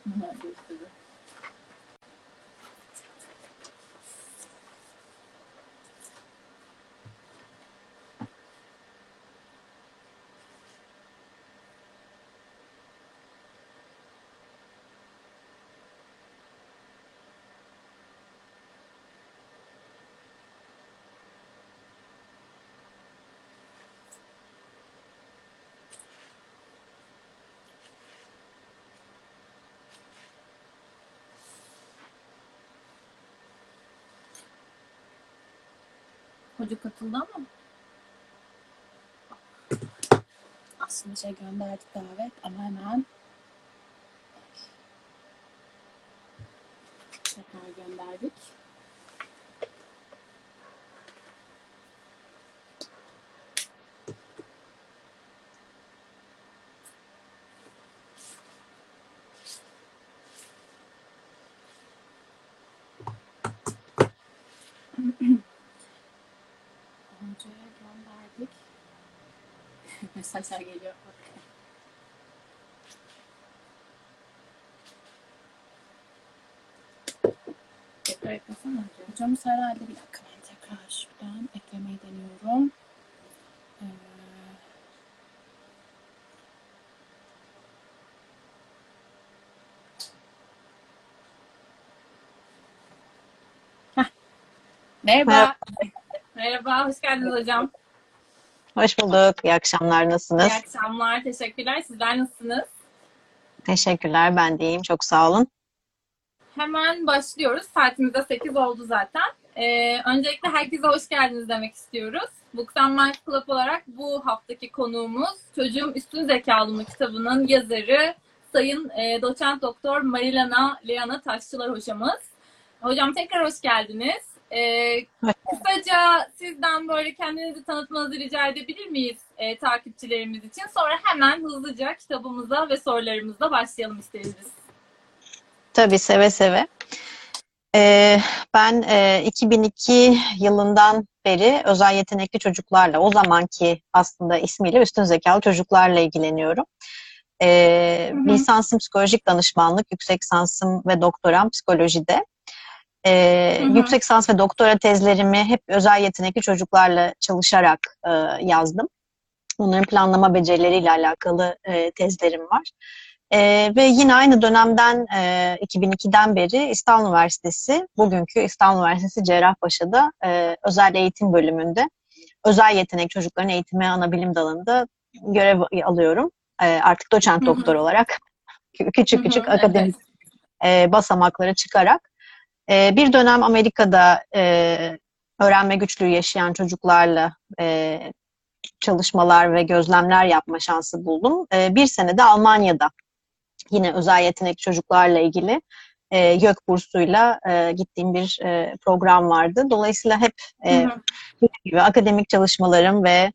Hoca katıldı ama. Aslında gönderdik davet ama hemen tekrar gönderdik. Hocaya gönderdik. Mesajlar geliyor. Tekrar eklesene hocam. Hocamız herhalde bir dakika, ben tekrar şuradan eklemeyi deniyorum. Merhaba. Merhaba, hoş geldiniz hocam. Hoş bulduk. İyi akşamlar. Nasılsınız? İyi akşamlar, teşekkürler. Sizler nasılsınız? Teşekkürler. Ben de iyiyim. Çok sağ olun. Hemen başlıyoruz. Saatimizde 8 oldu zaten. Öncelikle herkese hoş geldiniz demek istiyoruz. Books and Minds Club olarak bu haftaki konuğumuz Çocuğum Üstün Zekalı mı kitabının yazarı Sayın Doçent Doktor Marilena Leana Taşçılar hocamız. Hocam tekrar hoş geldiniz. Kısaca sizden böyle kendinizi tanıtmanızı rica edebilir miyiz takipçilerimiz için? Sonra hemen hızlıca kitabımıza ve sorularımızla başlayalım isteriz biz. Tabii, seve seve. Ben 2002 yılından beri özel yetenekli çocuklarla, o zamanki aslında ismiyle üstün zekalı çocuklarla ilgileniyorum. Lisansım psikolojik danışmanlık, yüksek lisansım ve doktoram psikolojide. Yüksek lisans ve doktora tezlerimi hep özel yetenekli çocuklarla çalışarak yazdım. Onların planlama becerileriyle alakalı tezlerim var. Ve yine aynı dönemden 2002'den beri İstanbul Üniversitesi, bugünkü İstanbul Üniversitesi Cerrahpaşa'da özel eğitim bölümünde özel yetenek çocukların eğitimi ana bilim dalında görev alıyorum. Artık doçent doktor olarak küçük akademik basamaklara çıkarak. Bir dönem Amerika'da öğrenme güçlüğü yaşayan çocuklarla çalışmalar ve gözlemler yapma şansı buldum. Bir sene de Almanya'da yine özel yetenek çocuklarla ilgili YÖK bursuyla gittiğim bir program vardı. Dolayısıyla hep gibi akademik çalışmalarım ve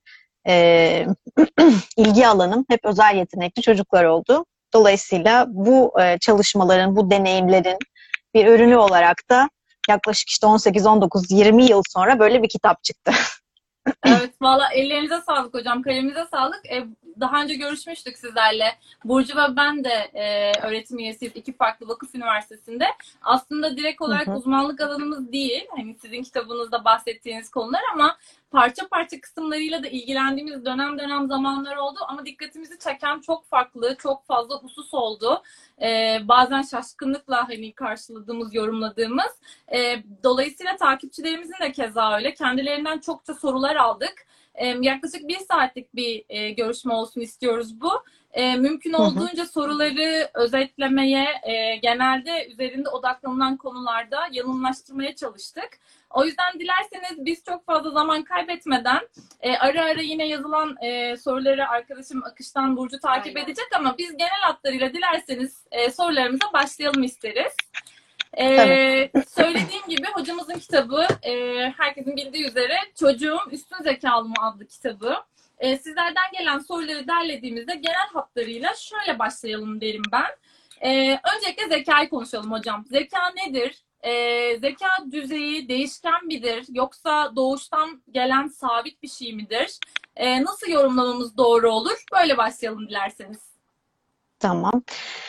ilgi alanım hep özel yetenekli çocuklar oldu. Dolayısıyla bu çalışmaların, bu deneyimlerin bir ürünü olarak da yaklaşık işte 18, 19, 20 yıl sonra böyle bir kitap çıktı. Evet, valla ellerinize sağlık hocam, kalemize sağlık. Daha önce görüşmüştük sizlerle. Burcu ve ben de öğretim üyesiyiz iki farklı vakıf üniversitesinde. Aslında direkt olarak uzmanlık alanımız değil. Hani sizin kitabınızda bahsettiğiniz konular ama parça parça kısımlarıyla da ilgilendiğimiz dönem zamanlar oldu. Ama dikkatimizi çeken çok farklı, çok fazla husus oldu. Bazen şaşkınlıkla hani karşıladığımız, yorumladığımız. Dolayısıyla takipçilerimizin de keza öyle. Kendilerinden çokça sorular aldık. Yaklaşık 1 saatlik bir görüşme olsun istiyoruz bu. Mümkün olduğunca soruları özetlemeye, genelde üzerinde odaklanılan konularda yanıllaştırmaya çalıştık. O yüzden dilerseniz biz çok fazla zaman kaybetmeden ara ara yine yazılan soruları arkadaşım Akış'tan Burcu takip edecek ama biz genel hatlarıyla dilerseniz sorularımıza başlayalım isteriz. Söylediğim gibi hocamızın kitabı herkesin bildiği üzere Çocuğum Üstün Zekalı mı adlı kitabı. Sizlerden gelen soruları derlediğimizde genel hatlarıyla şöyle başlayalım derim ben. Öncelikle zekayı konuşalım hocam. Zeka nedir? Zeka düzeyi değişken midir? Yoksa doğuştan gelen sabit bir şey midir? Nasıl yorumlamamız doğru olur? Böyle başlayalım dilerseniz. Tamam.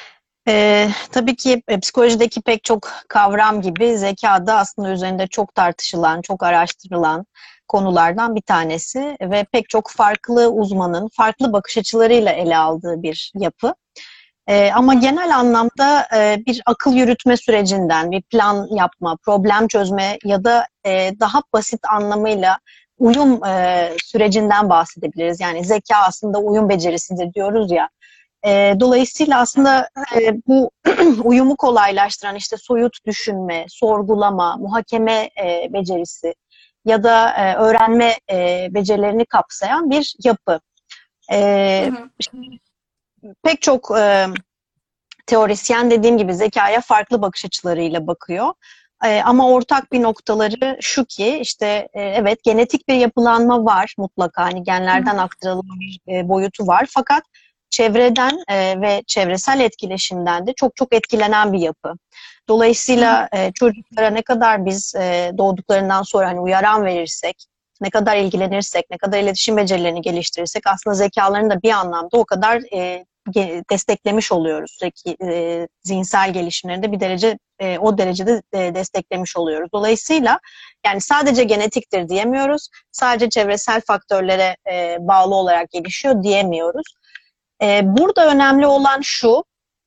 Tabii ki psikolojideki pek çok kavram gibi zekada aslında üzerinde çok tartışılan, çok araştırılan konulardan bir tanesi ve pek çok farklı uzmanın farklı bakış açılarıyla ele aldığı bir yapı. Ama genel anlamda bir akıl yürütme sürecinden, bir plan yapma, problem çözme ya da daha basit anlamıyla uyum sürecinden bahsedebiliriz. Yani zeka aslında uyum becerisidir diyoruz ya. Dolayısıyla aslında bu uyumu kolaylaştıran işte soyut düşünme, sorgulama, muhakeme becerisi ya da öğrenme becerilerini kapsayan bir yapı. Hı E, hı. Pek çok teorisyen dediğim gibi zekaya farklı bakış açılarıyla bakıyor. Ama ortak bir noktaları şu ki işte evet genetik bir yapılanma var mutlaka hani Hı genlerden hı. aktarılma bir boyutu var fakat çevreden ve çevresel etkileşimden de çok çok etkilenen bir yapı. Hı hı. Dolayısıyla çocuklara ne kadar biz doğduklarından sonra hani uyaran verirsek, ne kadar ilgilenirsek, ne kadar iletişim becerilerini geliştirirsek aslında zekalarını da bir anlamda o kadar desteklemiş oluyoruz. Zihinsel gelişimlerini de bir derece o derecede desteklemiş oluyoruz. Dolayısıyla yani sadece genetiktir diyemiyoruz. Sadece çevresel faktörlere bağlı olarak gelişiyor diyemiyoruz. Burada önemli olan şu,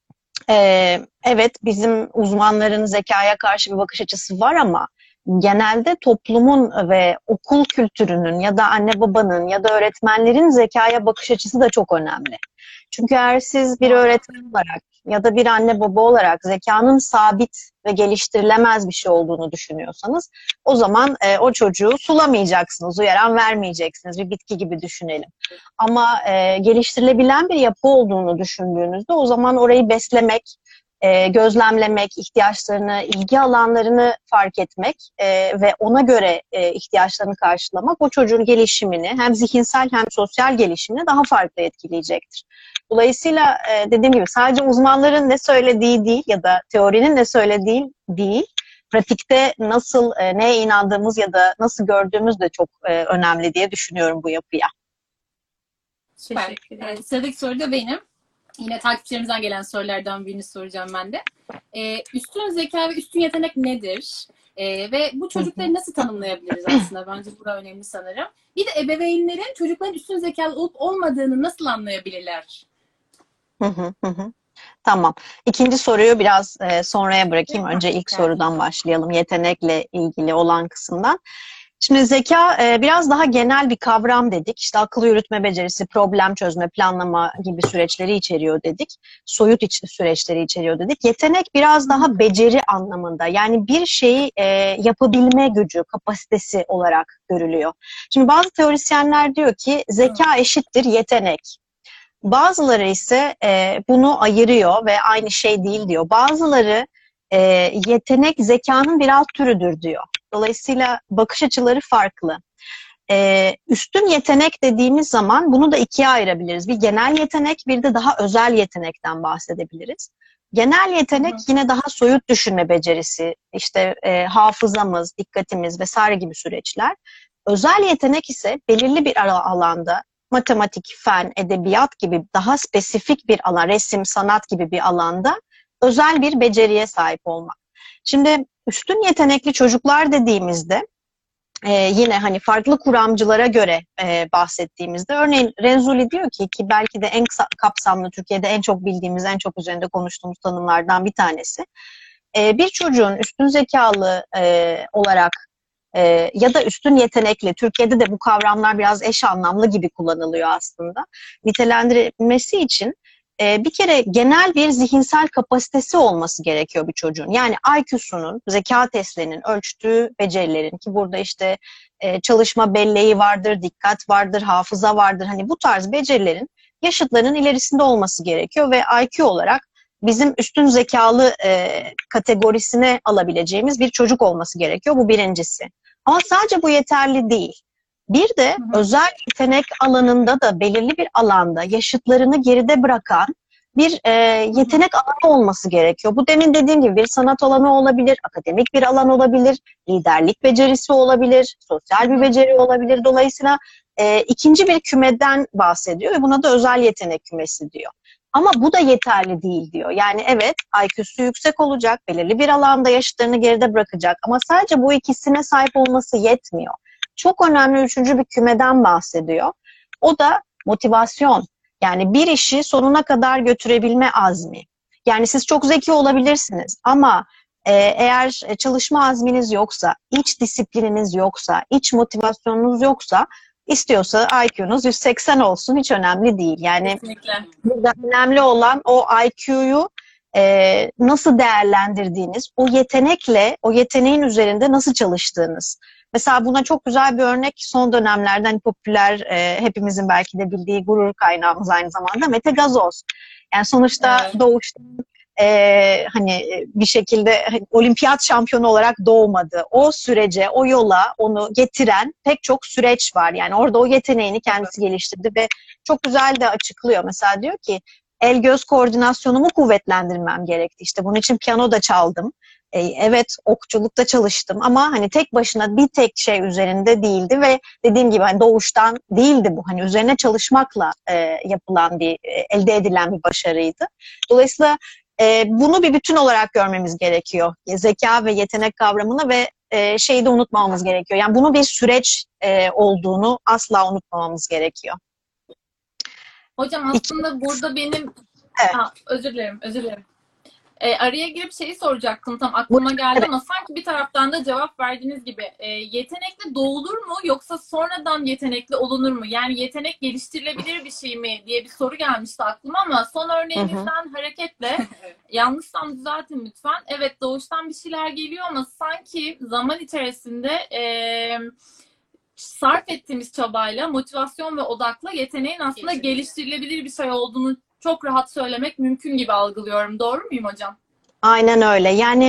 evet bizim uzmanların zekaya karşı bir bakış açısı var ama genelde toplumun ve okul kültürünün ya da anne babanın ya da öğretmenlerin zekaya bakış açısı da çok önemli. Çünkü eğer siz bir Doğru. öğretmen olarak ya da bir anne baba olarak zekanın sabit ve geliştirilemez bir şey olduğunu düşünüyorsanız o zaman o çocuğu sulamayacaksınız, uyaran vermeyeceksiniz. Bir bitki gibi düşünelim. Ama geliştirilebilen bir yapı olduğunu düşündüğünüzde o zaman orayı beslemek, gözlemlemek, ihtiyaçlarını, ilgi alanlarını fark etmek ve ona göre ihtiyaçlarını karşılamak o çocuğun gelişimini hem zihinsel hem sosyal gelişimini daha farklı etkileyecektir. Dolayısıyla dediğim gibi sadece uzmanların ne söylediği değil ya da teorinin ne söylediği değil, pratikte nasıl, neye inandığımız ya da nasıl gördüğümüz de çok önemli diye düşünüyorum bu yapıya. Süper. Teşekkür ederim. Sıradaki soru da benim. Yine takipçilerimizden gelen sorulardan birini soracağım ben de. Üstün zeka ve üstün yetenek nedir? Ve bu çocukları nasıl tanımlayabiliriz aslında? Bence bu da önemli sanırım. Bir de ebeveynlerin çocukların üstün zekalı olup olmadığını nasıl anlayabilirler? Hı hı, hı hı. Tamam. İkinci soruyu biraz sonraya bırakayım. Önce ilk Yani. sorudan başlayalım. Yetenekle ilgili olan kısımdan. Şimdi zeka biraz daha genel bir kavram dedik. İşte akıl yürütme becerisi, problem çözme, planlama gibi süreçleri içeriyor dedik. Soyut süreçleri içeriyor dedik. Yetenek biraz daha beceri anlamında. Yani bir şeyi yapabilme gücü, kapasitesi olarak görülüyor. Şimdi bazı teorisyenler diyor ki zeka eşittir yetenek. Bazıları ise bunu ayırıyor ve aynı şey değil diyor. Bazıları e, yetenek zekanın bir alt türüdür diyor. Dolayısıyla bakış açıları farklı. Üstün yetenek dediğimiz zaman bunu da ikiye ayırabiliriz. Bir genel yetenek, bir de daha özel yetenekten bahsedebiliriz. Genel yetenek yine daha soyut düşünme becerisi, işte hafızamız, dikkatimiz vesaire gibi süreçler. Özel yetenek ise belirli bir alanda matematik, fen, edebiyat gibi daha spesifik bir alan, resim, sanat gibi bir alanda özel bir beceriye sahip olmak. Şimdi üstün yetenekli çocuklar dediğimizde yine hani farklı kuramcılara göre bahsettiğimizde örneğin Renzulli diyor ki belki de en kapsamlı Türkiye'de en çok bildiğimiz, en çok üzerinde konuştuğumuz tanımlardan bir tanesi. Bir çocuğun üstün zekalı olarak ya da üstün yetenekli, Türkiye'de de bu kavramlar biraz eş anlamlı gibi kullanılıyor aslında. Nitelendirilmesi için bir kere genel bir zihinsel kapasitesi olması gerekiyor bir çocuğun. Yani IQ'sunun, zeka testlerinin ölçtüğü becerilerin ki burada işte çalışma belleği vardır, dikkat vardır, hafıza vardır. Hani bu tarz becerilerin yaşıtlarının ilerisinde olması gerekiyor ve IQ olarak bizim üstün zekalı kategorisine alabileceğimiz bir çocuk olması gerekiyor. Bu birincisi. Ama sadece bu yeterli değil. Bir de özel yetenek alanında da belirli bir alanda yaşıtlarını geride bırakan bir yetenek alanı olması gerekiyor. Bu demin dediğim gibi bir sanat alanı olabilir, akademik bir alan olabilir, liderlik becerisi olabilir, sosyal bir beceri olabilir. Dolayısıyla ikinci bir kümeden bahsediyor ve buna da özel yetenek kümesi diyor. Ama bu da yeterli değil diyor. Yani evet, IQ'su yüksek olacak, belirli bir alanda yaşıtlarını geride bırakacak ama sadece bu ikisine sahip olması yetmiyor. Çok önemli üçüncü bir kümeden bahsediyor. O da motivasyon. Yani bir işi sonuna kadar götürebilme azmi. Yani siz çok zeki olabilirsiniz ama eğer çalışma azminiz yoksa, iç disiplininiz yoksa, iç motivasyonunuz yoksa, istiyorsa IQ'nuz 180 olsun, hiç önemli değil. Yani Kesinlikle. burada önemli olan o IQ'yu nasıl değerlendirdiğiniz, o yetenekle, o yeteneğin üzerinde nasıl çalıştığınız. Mesela buna çok güzel bir örnek son dönemlerden popüler, hepimizin belki de bildiği gurur kaynağımız aynı zamanda Mete Gazoz. Yani sonuçta Evet. doğuştan hani bir şekilde olimpiyat şampiyonu olarak doğmadı. O sürece, o yola onu getiren pek çok süreç var. Yani orada o yeteneğini kendisi geliştirdi ve çok güzel de açıklıyor. Mesela diyor ki el göz koordinasyonumu kuvvetlendirmem gerekti. İşte bunun için piyano da çaldım. Evet, okçulukta çalıştım ama hani tek başına bir tek şey üzerinde değildi ve dediğim gibi hani doğuştan değildi bu. Hani üzerine çalışmakla yapılan bir, elde edilen bir başarıydı. Dolayısıyla bunu bir bütün olarak görmemiz gerekiyor. Zeka ve yetenek kavramını ve şeyi de unutmamamız gerekiyor. Yani bunun bir süreç olduğunu asla unutmamamız gerekiyor. Hocam aslında burada benim... Evet. Özür dilerim, özür dilerim. Araya girip şeyi soracaktım, tam aklıma geldi ama sanki bir taraftan da cevap verdiğiniz gibi yetenekli doğulur mu yoksa sonradan yetenekli olunur mu? Yani yetenek geliştirilebilir bir şey mi diye bir soru gelmişti aklıma ama son örneğinizden hareketle yanlışsam düzeltin lütfen. Evet, doğuştan bir şeyler geliyor ama sanki zaman içerisinde sarf ettiğimiz çabayla, motivasyon ve odakla yeteneğin aslında geliştirilebilir bir şey olduğunu çok rahat söylemek mümkün gibi algılıyorum. Doğru muyum hocam? Aynen öyle. Yani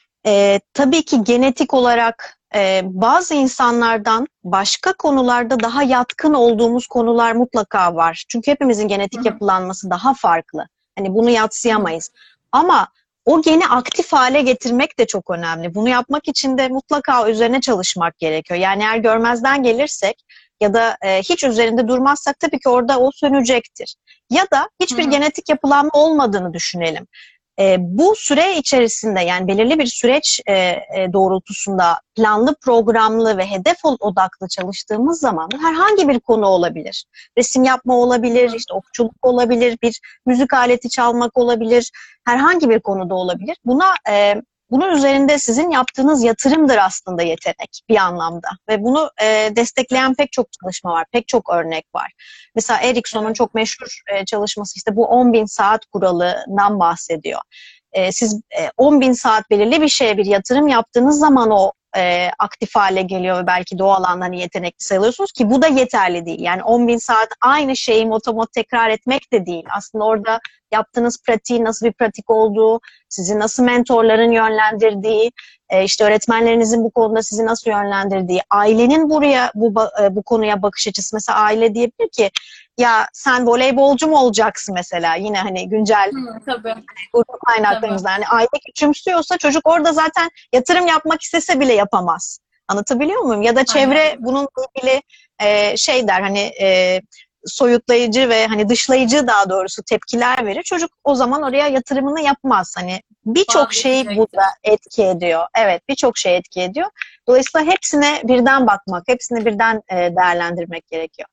tabii ki genetik olarak bazı insanlardan başka konularda daha yatkın olduğumuz konular mutlaka var. Çünkü hepimizin genetik yapılanması daha farklı. Hani bunu yadsıyamayız. Ama o geni aktif hale getirmek de çok önemli. Bunu yapmak için de mutlaka üzerine çalışmak gerekiyor. Yani eğer görmezden gelirsek ya da hiç üzerinde durmazsak tabii ki orada o sönecektir. Ya da hiçbir genetik yapılanma olmadığını düşünelim. Bu süre içerisinde, yani belirli bir süreç doğrultusunda planlı, programlı ve hedef odaklı çalıştığımız zaman bu herhangi bir konu olabilir. Resim yapma olabilir, işte okçuluk olabilir, bir müzik aleti çalmak olabilir, herhangi bir konuda olabilir. Bunun üzerinde sizin yaptığınız yatırımdır aslında yetenek bir anlamda. Ve bunu destekleyen pek çok çalışma var, pek çok örnek var. Mesela Erikson'un çok meşhur çalışması işte bu 10.000 saat kuralından bahsediyor. Siz 10.000 saat belirli bir şeye bir yatırım yaptığınız zaman o aktif hale geliyor ve belki de o alanda hani yetenekli sayılıyorsunuz ki bu da yeterli değil. Yani 10.000 saat aynı şeyi motomot tekrar etmek de değil. Aslında orada yaptığınız pratiğin nasıl bir pratik olduğu, sizi nasıl mentorların yönlendirdiği, işte öğretmenlerinizin bu konuda sizi nasıl yönlendirdiği, ailenin buraya bu konuya bakış açısı. Mesela aile diyebilir ki ya sen voleybolcu mu olacaksın mesela, yine hani güncel gurur kaynaklarımızda. Yani aile küçümsüyorsa çocuk orada zaten yatırım yapmak istese bile yapamaz. Anlatabiliyor muyum? Ya da çevre bununla ilgili şey der hani soyutlayıcı ve hani dışlayıcı daha doğrusu tepkiler verir. Çocuk o zaman oraya yatırımını yapmaz. Hani birçok şey burada etki ediyor. Evet, birçok şey etki ediyor. Dolayısıyla hepsine birden bakmak, hepsini birden değerlendirmek gerekiyor.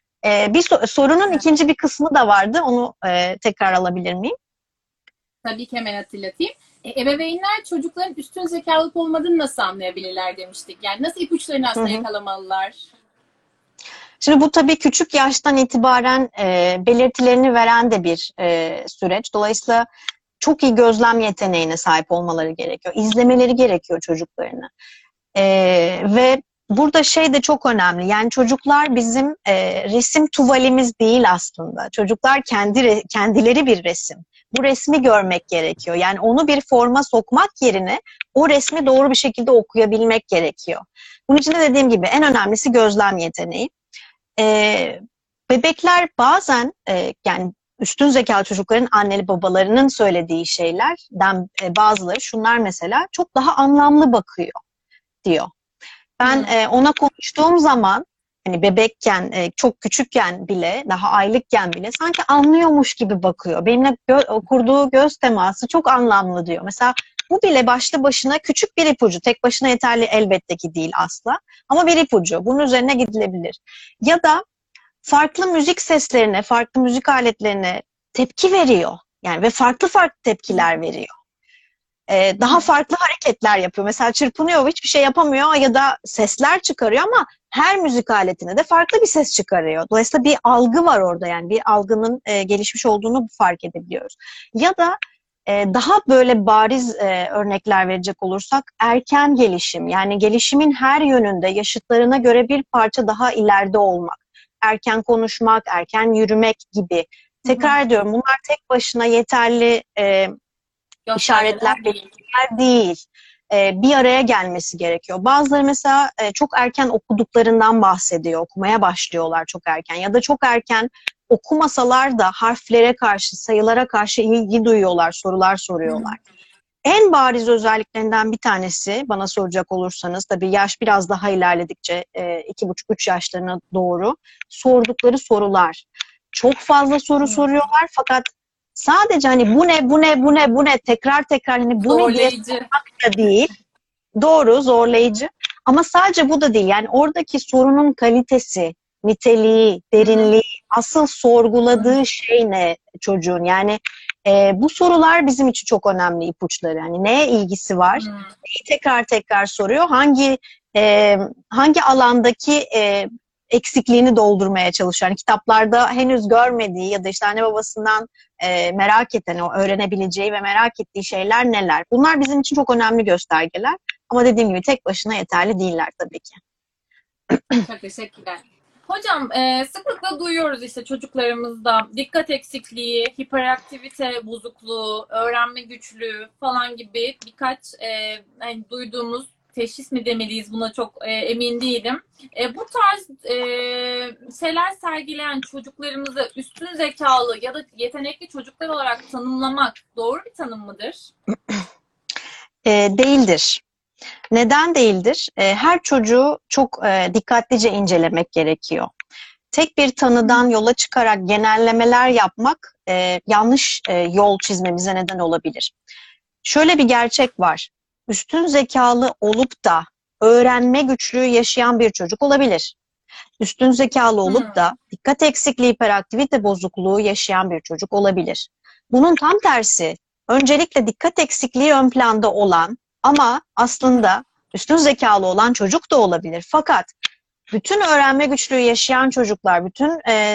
Bir sorunun ikinci bir kısmı da vardı. Onu tekrar alabilir miyim? Tabii ki, hemen hatırlatayım. Ebeveynler çocukların üstün zekalı olup olmadığını nasıl anlayabilirler demiştik. Yani nasıl ipuçlarını aslında yakalamalılar? Şimdi bu tabii küçük yaştan itibaren belirtilerini veren de bir süreç. Dolayısıyla çok iyi gözlem yeteneğine sahip olmaları gerekiyor. İzlemeleri gerekiyor çocuklarını. Ve burada şey de çok önemli. Yani çocuklar bizim resim tuvalimiz değil aslında. Çocuklar kendileri bir resim. Bu resmi görmek gerekiyor. Yani onu bir forma sokmak yerine o resmi doğru bir şekilde okuyabilmek gerekiyor. Bunun için de dediğim gibi en önemlisi gözlem yeteneği. Bebekler bazen yani üstün zekalı çocukların anneli babalarının söylediği şeylerden bazıları şunlar mesela, çok daha anlamlı bakıyor diyor. Ben ona konuştuğum zaman hani bebekken, çok küçükken bile, daha aylıkken bile sanki anlıyormuş gibi bakıyor. Benimle kurduğu göz teması çok anlamlı diyor. Mesela bu bile başlı başına küçük bir ipucu. Tek başına yeterli elbette ki değil asla. Ama bir ipucu. Bunun üzerine gidilebilir. Ya da farklı müzik seslerine, farklı müzik aletlerine tepki veriyor. Yani ve farklı farklı tepkiler veriyor. Daha farklı hareketler yapıyor. Mesela çırpınıyor, hiçbir şey yapamıyor ya da sesler çıkarıyor ama her müzik aletine de farklı bir ses çıkarıyor. Dolayısıyla bir algı var orada, yani bir algının gelişmiş olduğunu fark edebiliyoruz. Ya da daha böyle bariz örnekler verecek olursak erken gelişim, yani gelişimin her yönünde yaşıtlarına göre bir parça daha ileride olmak, erken konuşmak, erken yürümek gibi. Tekrar ediyorum, bunlar tek başına yeterli işaretler, belirtiler değil. Bir araya gelmesi gerekiyor. Bazıları mesela çok erken okuduklarından bahsediyor. Okumaya başlıyorlar çok erken. Ya da çok erken okumasalar da harflere karşı, sayılara karşı ilgi duyuyorlar, sorular soruyorlar. En bariz özelliklerinden bir tanesi, bana soracak olursanız, tabii yaş biraz daha ilerledikçe 2,5-3 yaşlarına doğru sordukları sorular. Çok fazla soru soruyorlar fakat sadece hani bu ne tekrar hani bu ne diye sormak da değil. Doğru, zorlayıcı. Ama sadece bu da değil. Yani oradaki sorunun kalitesi, niteliği, derinliği, asıl sorguladığı şey ne çocuğun? Yani bu sorular bizim için çok önemli ipuçları. Yani neye ilgisi var? Neyi tekrar soruyor? Hangi alandaki eksikliğini doldurmaya çalışıyor? Yani kitaplarda henüz görmediği ya da işte anne babasından merak eden, o öğrenebileceği ve merak ettiği şeyler neler? Bunlar bizim için çok önemli göstergeler. Ama dediğim gibi tek başına yeterli değiller tabii ki. Çok teşekkürler. Hocam sıklıkla duyuyoruz işte çocuklarımızda dikkat eksikliği, hiperaktivite bozukluğu, öğrenme güçlüğü falan gibi birkaç hani duyduğumuz, teşhis mi demeliyiz buna çok emin değilim. Bu tarz şeyler sergileyen çocuklarımızı üstün zekalı ya da yetenekli çocuklar olarak tanımlamak doğru bir tanım mıdır? Değildir. Neden değildir? Her çocuğu çok dikkatlice incelemek gerekiyor. Tek bir tanıdan yola çıkarak genellemeler yapmak yanlış yol çizmemize neden olabilir. Şöyle bir gerçek var. Üstün zekalı olup da öğrenme güçlüğü yaşayan bir çocuk olabilir. Üstün zekalı olup da dikkat eksikliği, hiperaktivite bozukluğu yaşayan bir çocuk olabilir. Bunun tam tersi, öncelikle dikkat eksikliği ön planda olan ama aslında üstün zekalı olan çocuk da olabilir. Fakat bütün öğrenme güçlüğü yaşayan çocuklar, bütün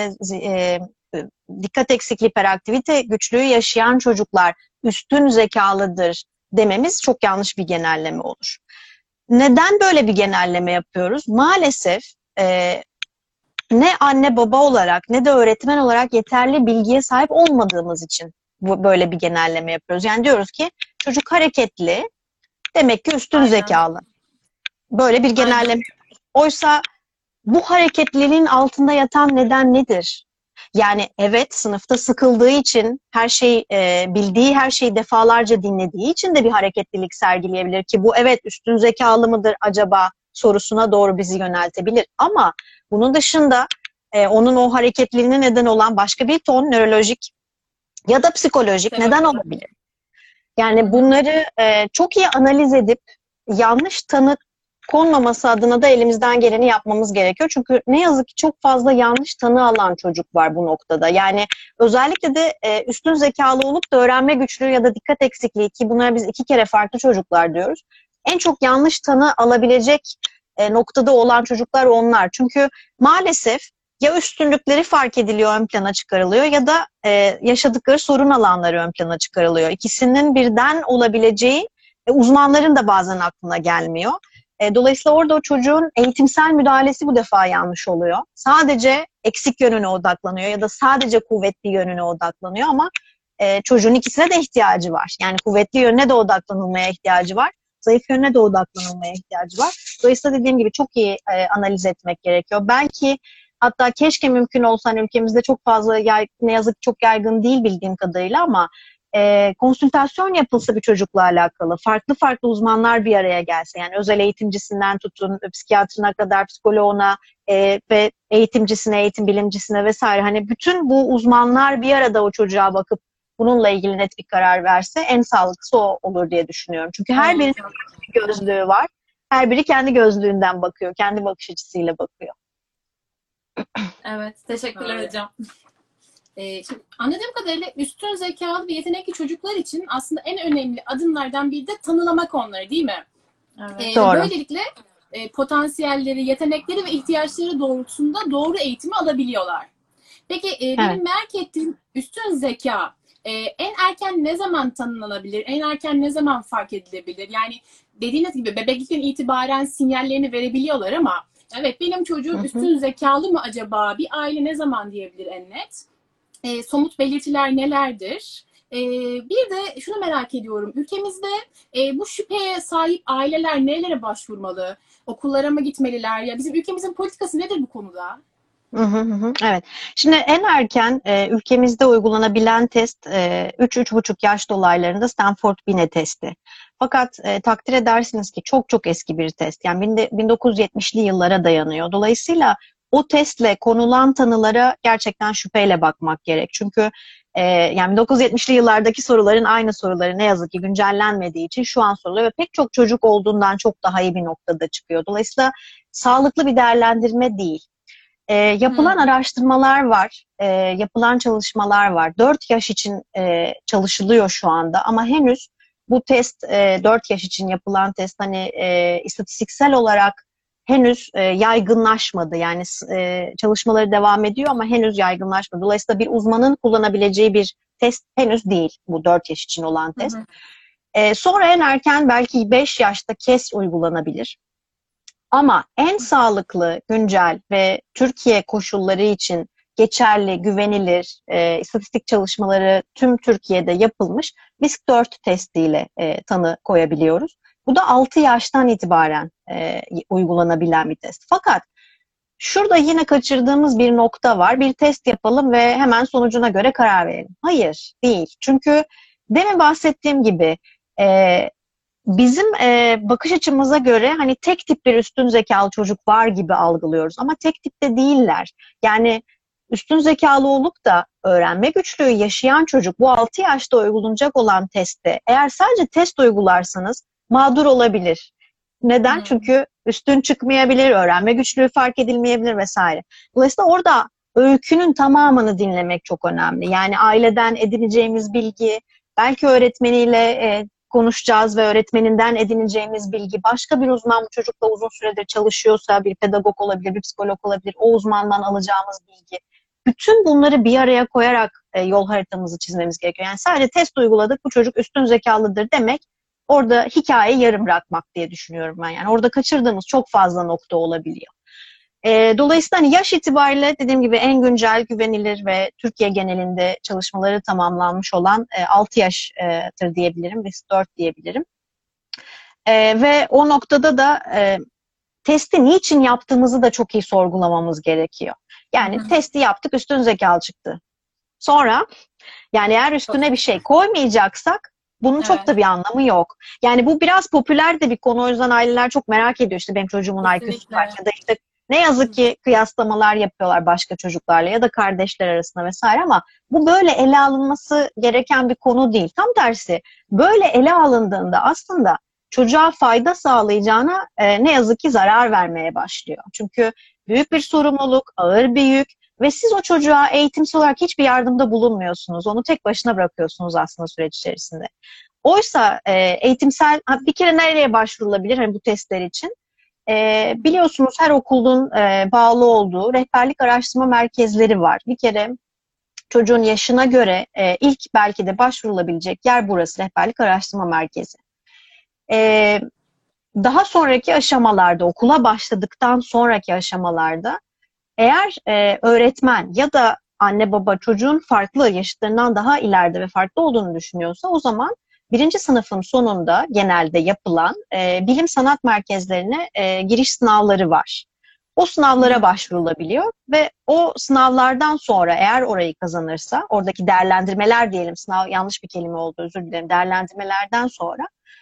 dikkat eksikliği, hiperaktivite güçlüğü yaşayan çocuklar üstün zekalıdır dememiz çok yanlış bir genelleme olur. Neden böyle bir genelleme yapıyoruz? Maalesef ne anne baba olarak ne de öğretmen olarak yeterli bilgiye sahip olmadığımız için böyle bir genelleme yapıyoruz. Yani diyoruz ki çocuk hareketli, demek ki üstün zekalı. Böyle bir genelleme yapıyoruz. Oysa bu hareketliliğin altında yatan neden nedir? Yani evet, sınıfta sıkıldığı için her şeyi bildiği her şeyi defalarca dinlediği için de bir hareketlilik sergileyebilir ki bu evet üstün zekalı mıdır acaba sorusuna doğru bizi yöneltebilir. Ama bunun dışında onun o hareketliliğine neden olan başka bir ton nörolojik ya da psikolojik neden olabilir. Yani bunları çok iyi analiz edip yanlış tanı konmaması adına da elimizden geleni yapmamız gerekiyor. Çünkü ne yazık ki çok fazla yanlış tanı alan çocuk var bu noktada. Yani özellikle de üstün zekalı olup da öğrenme güçlüğü ya da dikkat eksikliği, ki bunlara biz 2 kere farklı çocuklar diyoruz. En çok yanlış tanı alabilecek noktada olan çocuklar onlar. Çünkü maalesef ya üstünlükleri fark ediliyor, ön plana çıkarılıyor ya da yaşadıkları sorun alanları ön plana çıkarılıyor. İkisinin birden olabileceği uzmanların da bazen aklına gelmiyor. Dolayısıyla orada o çocuğun eğitimsel müdahalesi bu defa yanlış oluyor. Sadece eksik yönüne odaklanıyor ya da sadece kuvvetli yönüne odaklanıyor ama çocuğun ikisine de ihtiyacı var. Yani kuvvetli yönüne de odaklanılmaya ihtiyacı var. Zayıf yönüne de odaklanılmaya ihtiyacı var. Dolayısıyla dediğim gibi çok iyi analiz etmek gerekiyor. Belki hatta keşke mümkün olsa, hani ülkemizde çok fazla ne yazık ki çok yaygın değil bildiğim kadarıyla ama konsültasyon yapılsa bir çocukla alakalı, farklı farklı uzmanlar bir araya gelse, yani özel eğitimcisinden tutun, psikiyatrına kadar, psikoloğuna ve eğitimcisine, eğitim bilimcisine vesaire, hani bütün bu uzmanlar bir arada o çocuğa bakıp bununla ilgili net bir karar verse en sağlıklısı o olur diye düşünüyorum. Çünkü her birinin bir gözlüğü var. Her biri kendi gözlüğünden bakıyor, kendi bakış açısıyla bakıyor. Evet, teşekkürler Evet. hocam. Şimdi anladığım kadarıyla üstün zekalı ve yetenekli çocuklar için aslında en önemli adımlardan biri de tanılamak onları, değil mi? Evet. Doğru. Böylelikle potansiyelleri, yetenekleri ve ihtiyaçları doğrultusunda doğru eğitimi alabiliyorlar. Peki Evet. benim merak ettiğim üstün zeka en erken ne zaman tanımlanabilir? En erken ne zaman fark edilebilir? Yani dediğiniz gibi bebeklikten itibaren sinyallerini verebiliyorlar ama evet, benim çocuğum üstün zekalı mı acaba? Bir aile ne zaman diyebilir en net? Somut belirtiler nelerdir? Bir de şunu merak ediyorum. Ülkemizde bu şüpheye sahip aileler nelere başvurmalı? Okullara mı gitmeliler? Ya bizim ülkemizin politikası nedir bu konuda? Evet. Şimdi en erken ülkemizde uygulanabilen test 3-3,5 yaş dolaylarında Stanford Binet testi. Fakat takdir edersiniz ki çok çok eski bir test. Yani 1970'li yıllara dayanıyor. Dolayısıyla o testle konulan tanılara gerçekten şüpheyle bakmak gerek. Çünkü yani 1970'li yıllardaki soruların aynı soruları ne yazık ki güncellenmediği için şu an soruluyor ve pek çok çocuk olduğundan çok daha iyi bir noktada çıkıyor. Dolayısıyla sağlıklı bir değerlendirme değil. Yapılan araştırmalar var, yapılan çalışmalar var. 4 yaş için çalışılıyor şu anda ama henüz bu test 4 yaş için yapılan test hani istatistiksel olarak henüz yaygınlaşmadı. Yani çalışmaları devam ediyor ama henüz yaygınlaşmadı. Dolayısıyla bir uzmanın kullanabileceği bir test henüz değil bu 4 yaş için olan test. Sonra en erken belki 5 yaşta KES uygulanabilir. Ama en sağlıklı, güncel ve Türkiye koşulları için geçerli, güvenilir istatistik çalışmaları tüm Türkiye'de yapılmış BISC-4 testiyle tanı koyabiliyoruz. Bu da 6 yaştan itibaren uygulanabilen bir test. Fakat şurada yine kaçırdığımız bir nokta var. Bir test yapalım ve hemen sonucuna göre karar verelim. Hayır, değil. Çünkü demin bahsettiğim gibi bizim bakış açımıza göre hani tek tip bir üstün zekalı çocuk var gibi algılıyoruz ama tek tipte değiller. Yani üstün zekalı olup da öğrenme güçlüğü yaşayan çocuk bu 6 yaşta uygulanacak olan testte eğer sadece test uygularsanız mağdur olabilir. Neden? Çünkü üstün çıkmayabilir, öğrenme güçlüğü fark edilmeyebilir vesaire. Dolayısıyla orada öykünün tamamını dinlemek çok önemli. Yani aileden edineceğimiz bilgi, belki öğretmeniyle konuşacağız ve öğretmeninden edineceğimiz bilgi, başka bir uzman bu çocukla uzun süredir çalışıyorsa bir pedagog olabilir, bir psikolog olabilir, o uzmandan alacağımız bilgi. Bütün bunları bir araya koyarak yol haritamızı çizmemiz gerekiyor. Yani sadece test uyguladık, bu çocuk üstün zekalıdır demek, orada hikayeyi yarım bırakmak diye düşünüyorum ben. Yani orada kaçırdığımız çok fazla nokta olabiliyor. Dolayısıyla hani yaş itibariyle dediğim gibi en güncel, güvenilir ve Türkiye genelinde çalışmaları tamamlanmış olan 6 yaştır diyebilirim, biz 4 diyebilirim. Ve o noktada da testi niçin yaptığımızı da çok iyi sorgulamamız gerekiyor. Yani testi yaptık, üstün zekalı çıktı. Sonra yani eğer üstüne bir şey koymayacaksak bunun çok da bir anlamı yok. Yani bu biraz popüler de bir konu, o yüzden aileler çok merak ediyor. İşte benim çocuğumun IQ'su kaç ya da işte ne yazık ki kıyaslamalar yapıyorlar başka çocuklarla ya da kardeşler arasında vesaire ama bu böyle ele alınması gereken bir konu değil. Tam tersi böyle ele alındığında aslında çocuğa fayda sağlayacağına ne yazık ki zarar vermeye başlıyor. Çünkü büyük bir sorumluluk, ağır bir yük ve siz o çocuğa eğitimsel olarak hiçbir yardımda bulunmuyorsunuz. Onu tek başına bırakıyorsunuz aslında süreç içerisinde. Oysa eğitimsel, bir kere nereye başvurulabilir hani bu testler için? Biliyorsunuz her okulun bağlı olduğu rehberlik araştırma merkezleri var. Bir kere çocuğun yaşına göre ilk belki de başvurulabilecek yer burası, rehberlik araştırma merkezi. Daha sonraki aşamalarda, okula başladıktan sonraki aşamalarda eğer öğretmen ya da anne baba çocuğun farklı, yaşıtlarından daha ileride ve farklı olduğunu düşünüyorsa o zaman 1. sınıfın sonunda genelde yapılan bilim sanat merkezlerine giriş sınavları var. O sınavlara başvurulabiliyor ve o sınavlardan sonra eğer orayı kazanırsa, oradaki değerlendirmeler diyelim, sınav yanlış bir kelime oldu, özür dilerim, değerlendirmelerden sonra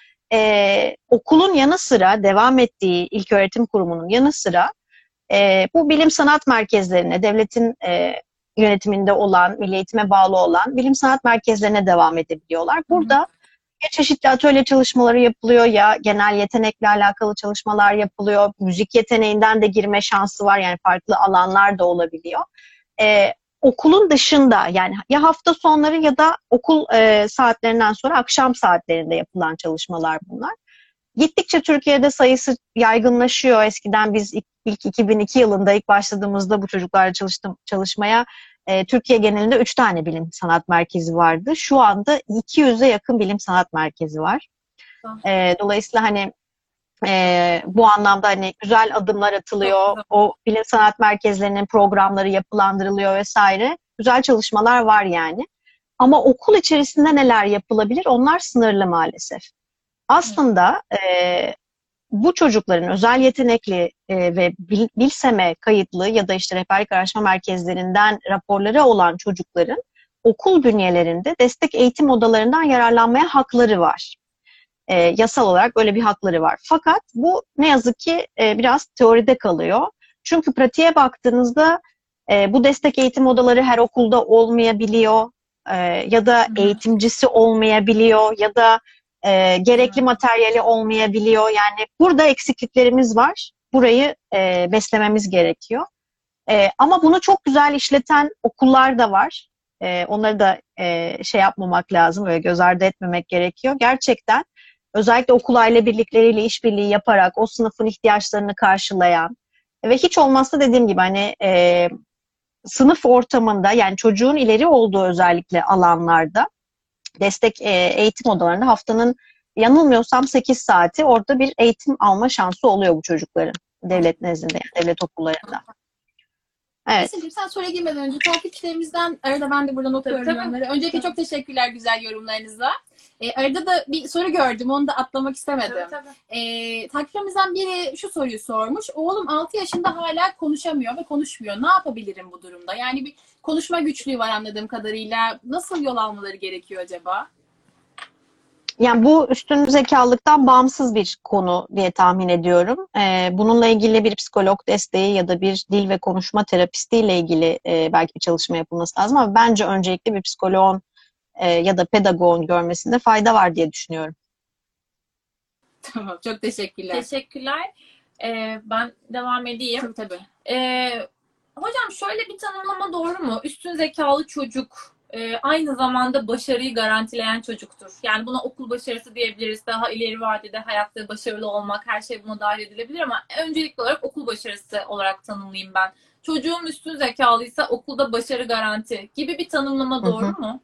okulun yanı sıra, devam ettiği ilköğretim kurumunun yanı sıra bu bilim sanat merkezlerine, devletin yönetiminde olan, milli eğitime bağlı olan bilim sanat merkezlerine devam edebiliyorlar. Burada ya çeşitli atölye çalışmaları yapılıyor, ya genel yetenekle alakalı çalışmalar yapılıyor. Müzik yeteneğinden de girme şansı var, yani farklı alanlar da olabiliyor. Okulun dışında, yani ya hafta sonları ya da okul saatlerinden sonra akşam saatlerinde yapılan çalışmalar bunlar. Gittikçe Türkiye'de sayısı yaygınlaşıyor. Eskiden biz ilk 2002 yılında ilk başladığımızda bu çocuklarla çalışmaya Türkiye genelinde 3 tane bilim sanat merkezi vardı. Şu anda 200'e yakın bilim sanat merkezi var. Dolayısıyla hani bu anlamda hani güzel adımlar atılıyor. O bilim sanat merkezlerinin programları yapılandırılıyor vesaire. Güzel çalışmalar var yani. Ama okul içerisinde neler yapılabilir? Onlar sınırlı maalesef. Aslında bu çocukların özel yetenekli ve Bilsem'e kayıtlı ya da işte rehberlik araştırma merkezlerinden raporları olan çocukların okul bünyelerinde destek eğitim odalarından yararlanmaya hakları var. Yasal olarak öyle bir hakları var. Fakat bu ne yazık ki biraz teoride kalıyor. Çünkü pratiğe baktığınızda bu destek eğitim odaları her okulda olmayabiliyor ya da eğitimcisi olmayabiliyor ya da gerekli materyali olmayabiliyor. Yani burada eksikliklerimiz var. Burayı beslememiz gerekiyor. Ama bunu çok güzel işleten okullar da var. Onları da şey yapmamak lazım, böyle göz ardı etmemek gerekiyor. Gerçekten özellikle okul aile birlikleriyle işbirliği yaparak o sınıfın ihtiyaçlarını karşılayan ve hiç olmazsa dediğim gibi hani sınıf ortamında, yani çocuğun ileri olduğu özellikle alanlarda destek eğitim odalarında haftanın yanılmıyorsam 8 saati orada bir eğitim alma şansı oluyor bu çocukların devlet nezdinde, yani devlet okullarında. Evet. Esin'cim sen soruya girmeden önce takipçilerimizden, arada ben de buradan okuyorum Tabii. yorumları. Öncelikle çok teşekkürler güzel yorumlarınızla. Arada da bir soru gördüm, onu da atlamak istemedim. Takipçilerimizden biri şu soruyu sormuş. Oğlum 6 yaşında hala konuşamıyor ve konuşmuyor. Ne yapabilirim bu durumda? Yani bir konuşma güçlüğü var anladığım kadarıyla. Nasıl yol almaları gerekiyor acaba? Yani bu üstün zekalıktan bağımsız bir konu diye tahmin ediyorum. Bununla ilgili bir psikolog desteği ya da bir dil ve konuşma terapistiyle ilgili belki bir çalışma yapılması lazım ama bence öncelikle bir psikoloğun ya da pedagogun görmesinde fayda var diye düşünüyorum. Tamam, çok teşekkürler. Teşekkürler. Ben devam edeyim. Tabii. Hocam şöyle bir tanımlama doğru mu? Üstün zekalı çocuk aynı zamanda başarıyı garantileyen çocuktur. Yani buna okul başarısı diyebiliriz. Daha ileri vadede hayatta başarılı olmak, her şey buna dahil edilebilir ama öncelikli olarak okul başarısı olarak tanımlayayım ben. Çocuğum üstün zekalıysa okulda başarı garanti gibi bir tanımlama doğru mu?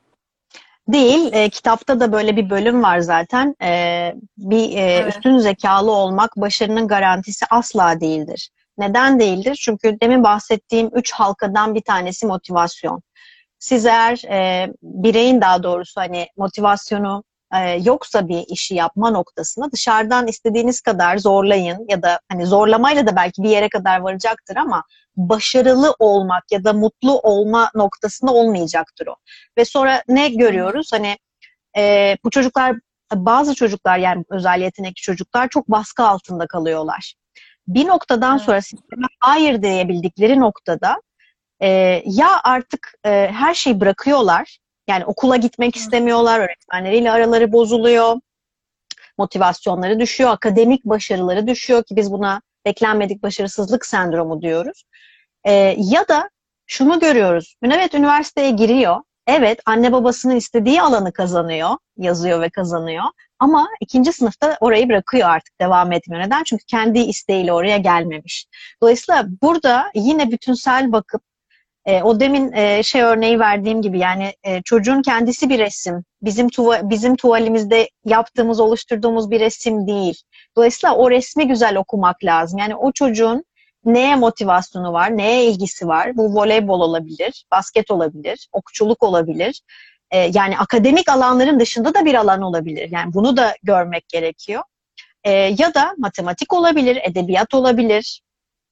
Değil. Kitapta da böyle bir bölüm var zaten. Evet. Üstün zekalı olmak başarının garantisi asla değildir. Neden değildir? Çünkü demin bahsettiğim 3 halkadan bir tanesi motivasyon. Siz eğer bireyin daha doğrusu hani motivasyonu yoksa bir işi yapma noktasında dışarıdan istediğiniz kadar zorlayın ya da hani zorlamayla da belki bir yere kadar varacaktır ama başarılı olmak ya da mutlu olma noktasında olmayacaktır o. Ve sonra ne görüyoruz? Hani bu çocuklar, bazı çocuklar yani özel yetenekli çocuklar çok baskı altında kalıyorlar. Bir noktadan sonra sisteme hayır diyebildikleri noktada ya artık her şeyi bırakıyorlar. Yani okula gitmek istemiyorlar, öğretmenleriyle araları bozuluyor, motivasyonları düşüyor, akademik başarıları düşüyor ki biz buna beklenmedik başarısızlık sendromu diyoruz. Ya da şunu görüyoruz, evet üniversiteye giriyor, evet anne babasının istediği alanı kazanıyor, yazıyor ve kazanıyor ama 2. sınıfta orayı bırakıyor artık, devam etmiyor. Neden? Çünkü kendi isteğiyle oraya gelmemiş. Dolayısıyla burada yine bütünsel bakıp o demin örneği verdiğim gibi yani çocuğun kendisi bir resim. Bizim tuvalimizde yaptığımız, oluşturduğumuz bir resim değil. Dolayısıyla o resmi güzel okumak lazım. Yani o çocuğun neye motivasyonu var, neye ilgisi var? Bu voleybol olabilir, basket olabilir, okçuluk olabilir. Yani akademik alanların dışında da bir alan olabilir. Yani bunu da görmek gerekiyor. Ya da matematik olabilir, edebiyat olabilir.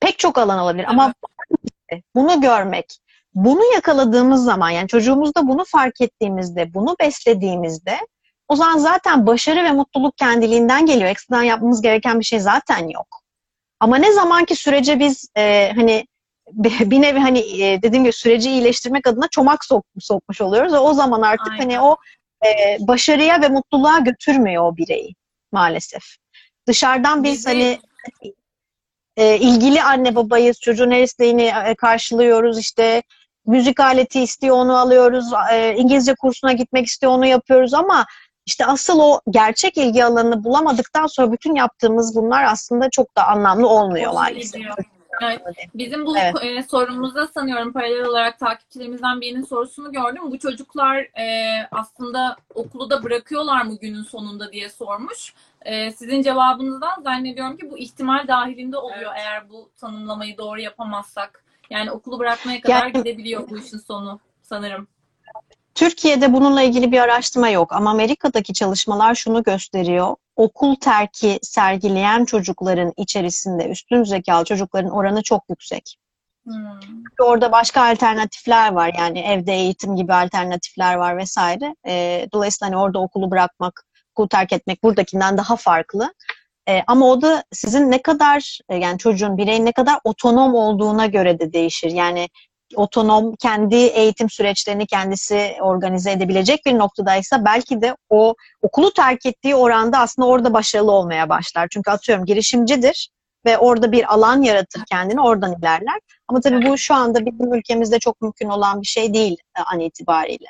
Pek çok alan olabilir ama bunu görmek, bunu yakaladığımız zaman, yani çocuğumuzda bunu fark ettiğimizde, bunu beslediğimizde, o zaman zaten başarı ve mutluluk kendiliğinden geliyor. Ekstradan yapmamız gereken bir şey zaten yok. Ama ne zamanki sürece biz hani bir nevi hani dediğim gibi süreci iyileştirmek adına çomak sokmuş oluyoruz ve o zaman artık Aynen. hani o başarıya ve mutluluğa götürmüyor o bireyi maalesef. Dışarıdan biz Bizi- hani ilgili anne babayız, çocuğun her isteğini karşılıyoruz, işte müzik aleti istiyor onu alıyoruz, İngilizce kursuna gitmek istiyor onu yapıyoruz ama işte asıl o gerçek ilgi alanını bulamadıktan sonra bütün yaptığımız bunlar aslında çok da anlamlı olmuyor Boşa maalesef. gidiyor. Evet. Bizim bu Evet. sorumuzda sanıyorum paralel olarak takipçilerimizden birinin sorusunu gördüm. Bu çocuklar aslında okulu da bırakıyorlar mı günün sonunda diye sormuş. Sizin cevabınızdan zannediyorum ki bu ihtimal dahilinde oluyor eğer bu tanımlamayı doğru yapamazsak. Yani okulu bırakmaya kadar gidebiliyor bu işin sonu sanırım. Türkiye'de bununla ilgili bir araştırma yok ama Amerika'daki çalışmalar şunu gösteriyor. Okul terki sergileyen çocukların içerisinde üstün zekalı çocukların oranı çok yüksek. Orada başka alternatifler var, yani evde eğitim gibi alternatifler var vesaire. Dolayısıyla hani orada okulu bırakmak, okulu terk etmek buradakinden daha farklı. Ama o da sizin ne kadar yani çocuğun, bireyin ne kadar otonom olduğuna göre de değişir. Yani otonom, kendi eğitim süreçlerini kendisi organize edebilecek bir noktadaysa belki de o okulu terk ettiği oranda aslında orada başarılı olmaya başlar. Çünkü atıyorum girişimcidir ve orada bir alan yaratır kendini, oradan ilerler. Ama tabii bu şu anda bizim ülkemizde çok mümkün olan bir şey değil an itibariyle.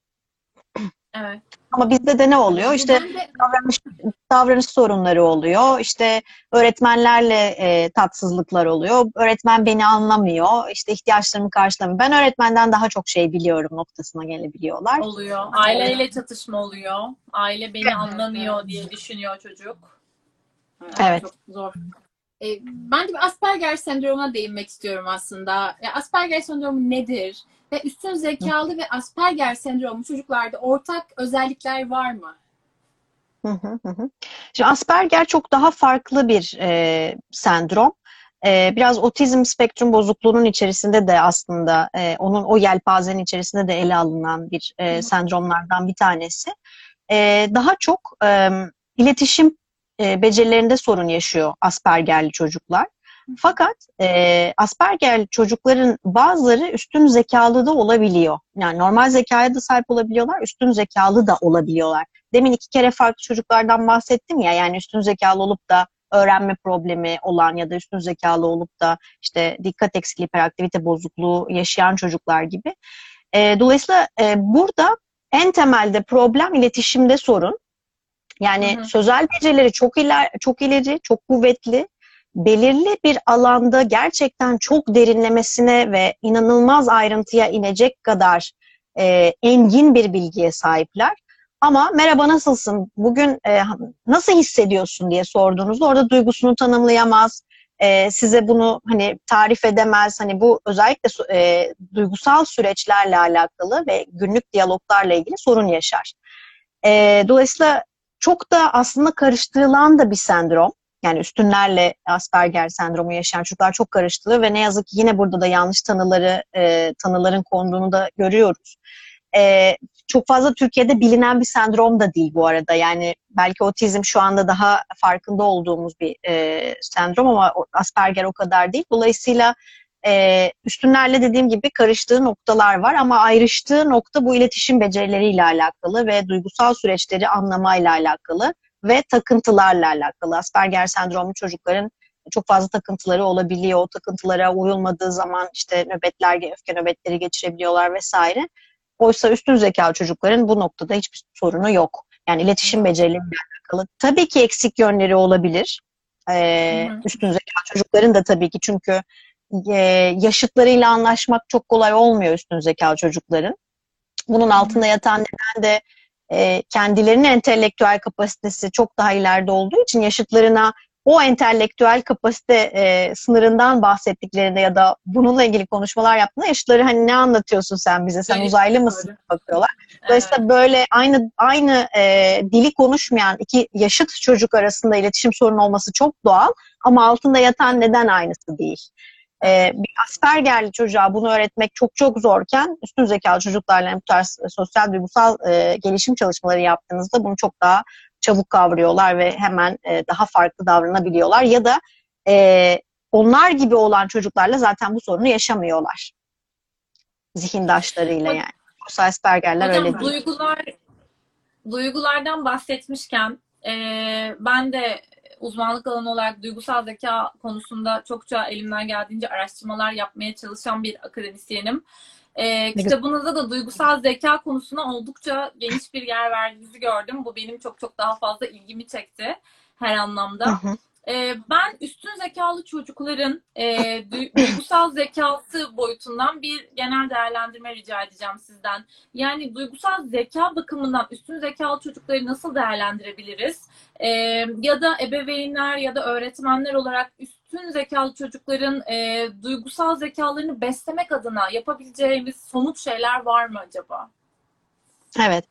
Evet. Ama bizde de ne oluyor? İşte davranış sorunları oluyor. İşte öğretmenlerle tatsızlıklar oluyor. Öğretmen beni anlamıyor. İşte ihtiyaçlarımı karşılamıyor. Ben öğretmenden daha çok şey biliyorum noktasına gelebiliyorlar. Oluyor. Aileyle çatışma oluyor. Aile beni anlamıyor diye düşünüyor çocuk. Evet. Çok zor. Ben de bir Asperger sendromuna değinmek istiyorum aslında. Asperger sendromu nedir? Ve üstün zekalı ve Asperger sendromu çocuklarda ortak özellikler var mı? Şimdi Asperger çok daha farklı bir sendrom. Biraz otizm spektrum bozukluğunun içerisinde de aslında onun o yelpazenin içerisinde de ele alınan bir sendromlardan bir tanesi. Daha çok iletişim becerilerinde sorun yaşıyor Aspergerli çocuklar. Fakat Aspergerli çocukların bazıları üstün zekalı da olabiliyor. Yani normal zekaya da sahip olabiliyorlar, üstün zekalı da olabiliyorlar. Demin 2 kere farklı çocuklardan bahsettim ya, yani üstün zekalı olup da öğrenme problemi olan ya da üstün zekalı olup da işte dikkat eksikliği, hiperaktivite bozukluğu yaşayan çocuklar gibi. Dolayısıyla burada en temelde problem iletişimde sorun. Yani sözel becerileri çok ileri, çok kuvvetli, belirli bir alanda gerçekten çok derinlemesine ve inanılmaz ayrıntıya inecek kadar engin bir bilgiye sahipler. Ama merhaba nasılsın, bugün nasıl hissediyorsun diye sorduğunuzda orada duygusunu tanımlayamaz, size bunu hani tarif edemez. Hani bu özellikle duygusal süreçlerle alakalı ve günlük diyaloglarla ilgili sorun yaşar. Dolayısıyla çok da aslında karıştırılan da bir sendrom. Yani üstünlerle Asperger sendromu yaşayan çocuklar çok karıştırılıyor ve ne yazık ki yine burada da yanlış tanıların konduğunu da görüyoruz. Çok fazla Türkiye'de bilinen bir sendrom da değil bu arada. Yani belki otizm şu anda daha farkında olduğumuz bir sendrom ama Asperger o kadar değil. Dolayısıyla üstünlerle dediğim gibi karıştığı noktalar var ama ayrıştığı nokta bu iletişim becerileriyle alakalı ve duygusal süreçleri anlamayla alakalı ve takıntılarla alakalı. Asperger sendromlu çocukların çok fazla takıntıları olabiliyor. O takıntılara uyulmadığı zaman işte öfke nöbetleri geçirebiliyorlar vesaire. Oysa üstün zekalı çocukların bu noktada hiçbir sorunu yok. Yani iletişim becerileriyle alakalı. Tabii ki eksik yönleri olabilir. Üstün zekalı çocukların da tabii ki, çünkü yaşıtlarıyla anlaşmak çok kolay olmuyor üstün zekalı çocukların. Bunun altında yatan neden de kendilerinin entelektüel kapasitesi çok daha ileride olduğu için yaşıtlarına o entelektüel kapasite sınırından bahsettiklerinde ya da bununla ilgili konuşmalar yaptığında yaşıtları hani ne anlatıyorsun sen bize, sen uzaylı mısın bakıyorlar. Dolayısıyla böyle aynı dili konuşmayan iki yaşıt çocuk arasında iletişim sorunu olması çok doğal ama altında yatan neden aynısı değil. Bir Asperger'li çocuğa bunu öğretmek çok çok zorken üstün zekalı çocuklarla bu tarz sosyal duygusal gelişim çalışmaları yaptığınızda bunu çok daha çabuk kavruyorlar ve hemen daha farklı davranabiliyorlar ya da onlar gibi olan çocuklarla zaten bu sorunu yaşamıyorlar. Zihindaşlarıyla yani. Yoksa Asperger'ler Hocam, öyle değil. Duygulardan bahsetmişken ben de uzmanlık alanı olarak duygusal zeka konusunda çokça elimden geldiğince araştırmalar yapmaya çalışan bir akademisyenim. Kitabınızda da duygusal zeka konusuna oldukça geniş bir yer verdiğinizi gördüm. Bu benim çok çok daha fazla ilgimi çekti her anlamda. Hı hı. Ben üstün zekalı çocukların duygusal zekası boyutundan bir genel değerlendirme rica edeceğim sizden. Yani duygusal zeka bakımından üstün zekalı çocukları nasıl değerlendirebiliriz? Ya da ebeveynler ya da öğretmenler olarak üstün zekalı çocukların duygusal zekalarını beslemek adına yapabileceğimiz somut şeyler var mı acaba? Evet.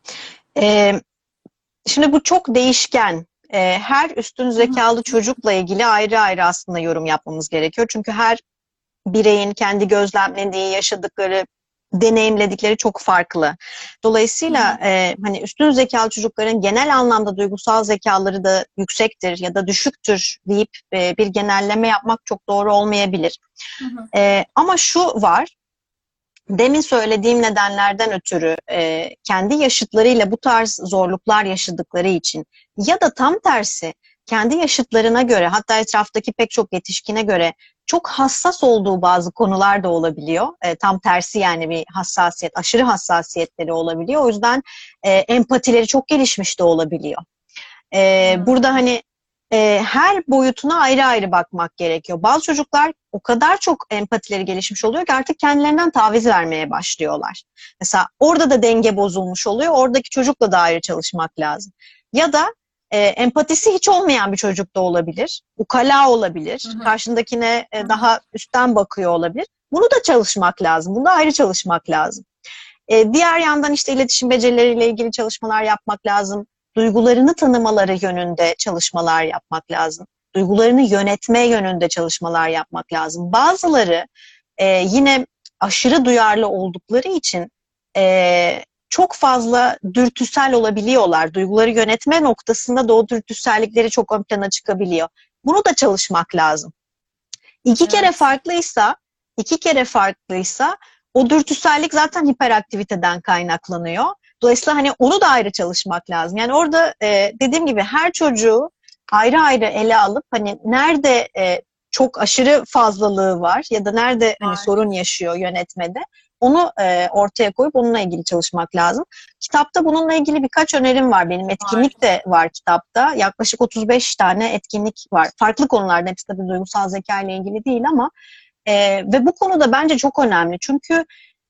Şimdi bu çok değişken. Her üstün zekalı çocukla ilgili ayrı ayrı aslında yorum yapmamız gerekiyor. Çünkü her bireyin kendi gözlemlediği, yaşadıkları, deneyimledikleri çok farklı. Dolayısıyla hani üstün zekalı çocukların genel anlamda duygusal zekaları da yüksektir ya da düşüktür deyip bir genelleme yapmak çok doğru olmayabilir. Ama şu var. Demin söylediğim nedenlerden ötürü kendi yaşıtlarıyla bu tarz zorluklar yaşadıkları için ya da tam tersi kendi yaşıtlarına göre hatta etraftaki pek çok yetişkine göre çok hassas olduğu bazı konular da olabiliyor. Tam tersi yani bir hassasiyet, aşırı hassasiyetleri olabiliyor. O yüzden empatileri çok gelişmiş de olabiliyor. Burada hani her boyutuna ayrı ayrı bakmak gerekiyor. Bazı çocuklar o kadar çok empatileri gelişmiş oluyor ki artık kendilerinden taviz vermeye başlıyorlar. Mesela orada da denge bozulmuş oluyor. Oradaki çocukla da ayrı çalışmak lazım. Ya da empatisi hiç olmayan bir çocuk da olabilir. Ukala olabilir. Karşındakine daha üstten bakıyor olabilir. Bunu da çalışmak lazım. Bunu da ayrı çalışmak lazım. Diğer yandan işte iletişim becerileriyle ilgili çalışmalar yapmak lazım. Duygularını tanımaları yönünde çalışmalar yapmak lazım. Duygularını yönetme yönünde çalışmalar yapmak lazım. Bazıları yine aşırı duyarlı oldukları için çok fazla dürtüsel olabiliyorlar. Duyguları yönetme noktasında da o dürtüsellikleri çok ön plana çıkabiliyor. Bunu da çalışmak lazım. İki kere farklıysa o dürtüsellik zaten hiperaktiviteden kaynaklanıyor. Dolayısıyla hani onu da ayrı çalışmak lazım. Yani orada dediğim gibi her çocuğu ayrı ayrı ele alıp hani nerede çok aşırı fazlalığı var ya da nerede hani sorun yaşıyor yönetmede onu ortaya koyup onunla ilgili çalışmak lazım. Kitapta bununla ilgili birkaç önerim var. Benim etkinlik de var kitapta. Yaklaşık 35 tane etkinlik var. Farklı konularda, hepsi tabii duygusal zeka ile ilgili değil ama ve bu konuda bence çok önemli. Çünkü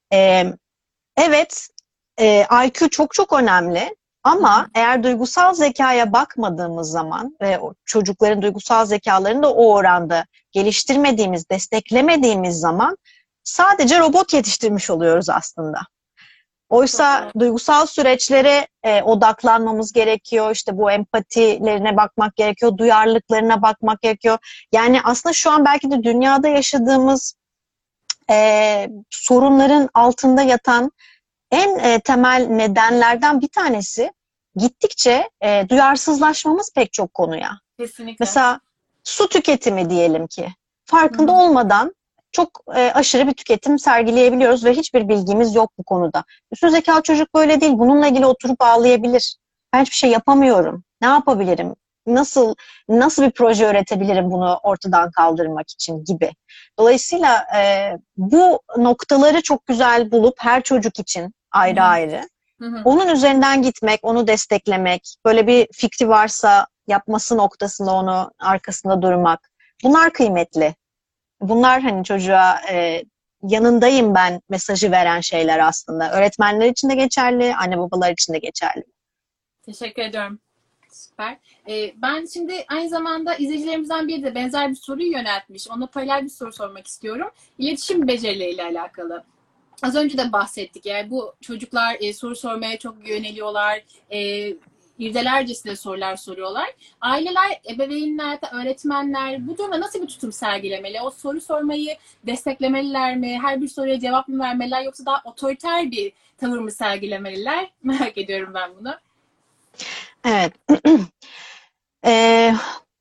evet IQ çok çok önemli ama eğer duygusal zekaya bakmadığımız zaman ve çocukların duygusal zekalarını da o oranda geliştirmediğimiz, desteklemediğimiz zaman sadece robot yetiştirmiş oluyoruz aslında. Oysa duygusal süreçlere odaklanmamız gerekiyor. İşte bu empatilerine bakmak gerekiyor, duyarlılıklarına bakmak gerekiyor. Yani aslında şu an belki de dünyada yaşadığımız sorunların altında yatan en temel nedenlerden bir tanesi gittikçe duyarsızlaşmamız pek çok konuya. Kesinlikle. Mesela su tüketimi diyelim ki. Farkında olmadan çok aşırı bir tüketim sergileyebiliyoruz ve hiçbir bilgimiz yok bu konuda. Üstün zekalı çocuk böyle değil. Bununla ilgili oturup ağlayabilir. Ben hiçbir şey yapamıyorum. Ne yapabilirim? Nasıl bir proje üretebilirim bunu ortadan kaldırmak için gibi. Dolayısıyla bu noktaları çok güzel bulup her çocuk için ayrı ayrı. Onun üzerinden gitmek, onu desteklemek, böyle bir fikri varsa yapması noktasında onu arkasında durmak. Bunlar kıymetli. Bunlar hani çocuğa yanındayım ben mesajı veren şeyler aslında. Öğretmenler için de geçerli, anne babalar için de geçerli. Teşekkür ediyorum. Süper. Ben şimdi aynı zamanda izleyicilerimizden biri de benzer bir soruyu yöneltmiş. Ona paralel bir soru sormak istiyorum. İletişim becerileriyle alakalı. Az önce de bahsettik. Yani bu çocuklar soru sormaya çok yöneliyorlar. İrdelercesine sorular soruyorlar. Aileler, ebeveynler, öğretmenler bu durumda nasıl bir tutum sergilemeli? O soru sormayı desteklemeliler mi? Her bir soruya cevap mı vermeliler? Yoksa daha otoriter bir tavır mı sergilemeliler? Merak ediyorum ben bunu. Evet. Ee,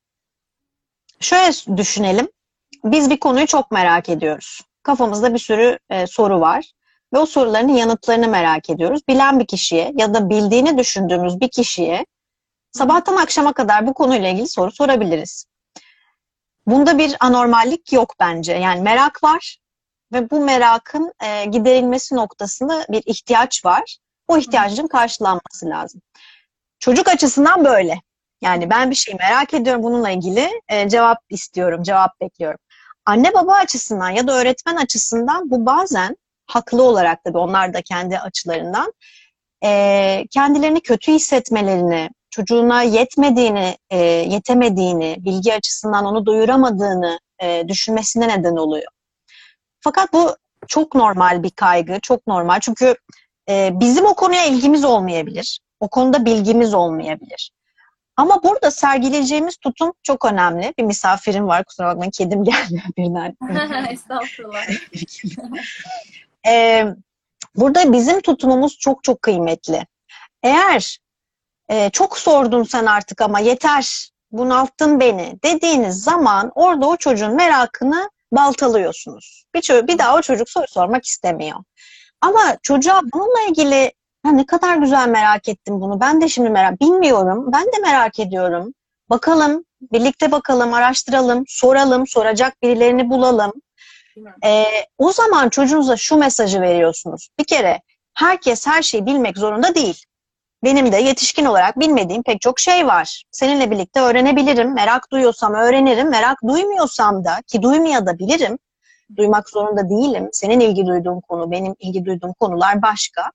Şöyle düşünelim. Biz bir konuyu çok merak ediyoruz. Kafamızda bir sürü soru var ve o soruların yanıtlarını merak ediyoruz. Bilen bir kişiye ya da bildiğini düşündüğümüz bir kişiye sabahtan akşama kadar bu konuyla ilgili soru sorabiliriz. Bunda bir anormallik yok bence. Yani merak var ve bu merakın giderilmesi noktasında bir ihtiyaç var. O ihtiyacın karşılanması lazım. Çocuk açısından böyle. Yani ben bir şey merak ediyorum, bununla ilgili cevap istiyorum, cevap bekliyorum. Anne baba açısından ya da öğretmen açısından bu bazen haklı olarak, tabii onlar da kendi açılarından kendilerini kötü hissetmelerini, çocuğuna yetmediğini, yetemediğini, bilgi açısından onu doyuramadığını düşünmesine neden oluyor. Fakat bu çok normal bir kaygı, çok normal. Çünkü bizim o konuya ilgimiz olmayabilir. O konuda bilgimiz olmayabilir. Ama burada sergileyeceğimiz tutum çok önemli. Bir misafirim var, kusura bakmayın, kedim geldi birden. Estağfurullah. Burada bizim tutumumuz çok çok kıymetli. Eğer çok sordun sen artık ama yeter, bunalttın beni dediğiniz zaman orada o çocuğun merakını baltalıyorsunuz. Bir daha o çocuk soru sormak istemiyor. Ama çocuğa bununla ilgili ne kadar güzel merak ettim bunu, ben de şimdi bilmiyorum, ben de merak ediyorum. Bakalım, birlikte bakalım, araştıralım, soralım, soracak birilerini bulalım. O zaman çocuğunuza şu mesajı veriyorsunuz. Bir kere herkes her şeyi bilmek zorunda değil. Benim de yetişkin olarak bilmediğim pek çok şey var. Seninle birlikte öğrenebilirim. Merak duyuyorsam öğrenirim. Merak duymuyorsam da, ki duymayabilirim. Duymak zorunda değilim. Senin ilgi duyduğun konu, benim ilgi duyduğum konular başka.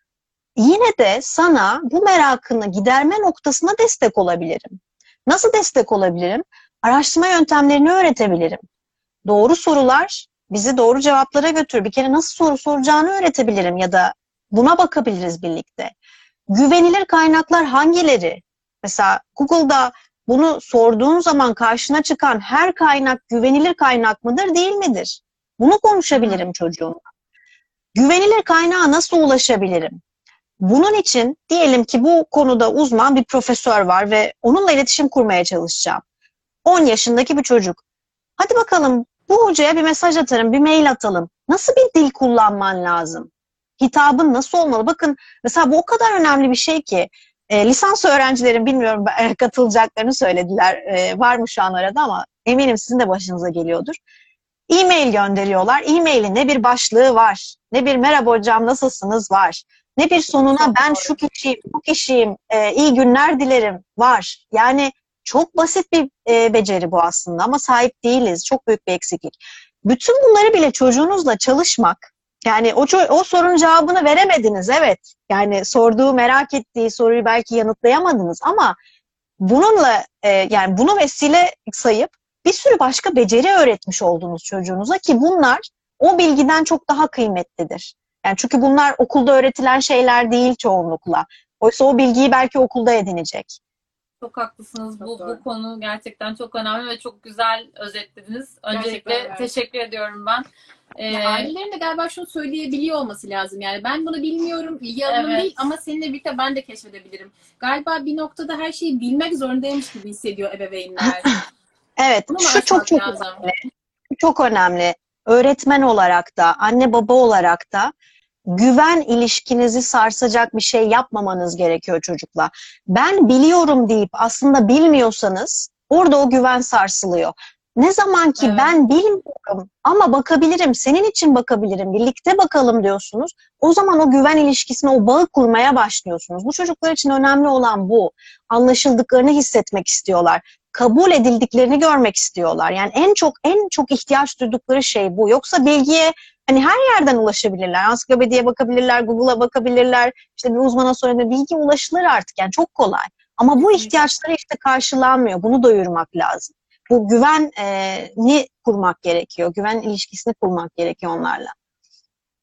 Yine de sana bu merakını giderme noktasına destek olabilirim. Nasıl destek olabilirim? Araştırma yöntemlerini öğretebilirim. Doğru sorular bizi doğru cevaplara götürür. Bir kere nasıl soru soracağını öğretebilirim ya da buna bakabiliriz birlikte. Güvenilir kaynaklar hangileri? Mesela Google'da bunu sorduğun zaman karşına çıkan her kaynak güvenilir kaynak mıdır, değil midir? Bunu konuşabilirim çocuğumla. Güvenilir kaynağa nasıl ulaşabilirim? Bunun için diyelim ki bu konuda uzman bir profesör var ve onunla iletişim kurmaya çalışacağım. 10 yaşındaki bir çocuk. Hadi bakalım, bu hocaya bir mesaj atarım, bir mail atalım. Nasıl bir dil kullanman lazım? Hitabın nasıl olmalı? Bakın mesela bu o kadar önemli bir şey ki lisans öğrencilerin, bilmiyorum, katılacaklarını söylediler. Var mı şu an arada, ama eminim sizin de başınıza geliyordur. E-mail gönderiyorlar. E-mailin ne bir başlığı var, ne bir merhaba hocam nasılsınız var, ne bir sonuna ben şu kişiyim, bu kişiyim, iyi günler dilerim var. Yani çok basit bir beceri bu aslında ama sahip değiliz. Çok büyük bir eksiklik. Bütün bunları bile çocuğunuzla çalışmak, yani o sorunun cevabını veremediniz, evet. Yani sorduğu, merak ettiği soruyu belki yanıtlayamadınız ama bununla yani bunu vesile sayıp bir sürü başka beceri öğretmiş oldunuz çocuğunuza ki bunlar o bilgiden çok daha kıymetlidir. Yani çünkü bunlar okulda öğretilen şeyler değil çoğunlukla. Oysa o bilgiyi belki okulda edinecek. Çok haklısınız. Bu konu gerçekten çok önemli ve çok güzel özetlediniz. Öncelikle teşekkür ediyorum ben. Ailelerin de galiba şunu söyleyebiliyor olması lazım. Yani ben bunu bilmiyorum, bilgi alanım değil ama seninle birlikte ben de keşfedebilirim. Galiba bir noktada her şeyi bilmek zorundaymış gibi hissediyor ebeveynler. Evet, şu çok önemli. Çok önemli. Öğretmen olarak da, anne baba olarak da güven ilişkinizi sarsacak bir şey yapmamanız gerekiyor çocukla. Ben biliyorum deyip aslında bilmiyorsanız orada o güven sarsılıyor. Ne zaman ki ben bilmiyorum ama bakabilirim, senin için bakabilirim, birlikte bakalım diyorsunuz. O zaman o güven ilişkisine, o bağı kurmaya başlıyorsunuz. Bu çocuklar için önemli olan bu. Anlaşıldıklarını hissetmek istiyorlar. Kabul edildiklerini görmek istiyorlar. Yani en çok ihtiyaç duydukları şey bu. Yoksa bilgiye hani her yerden ulaşabilirler. Ansiklopediye bakabilirler, Google'a bakabilirler. İşte bir uzmana sorabilir. Bilgi ulaşılır artık, yani çok kolay. Ama bu ihtiyaçları işte karşılanmıyor. Bunu doyurmak lazım. Bu güveni kurmak gerekiyor. Güven ilişkisini kurmak gerekiyor onlarla.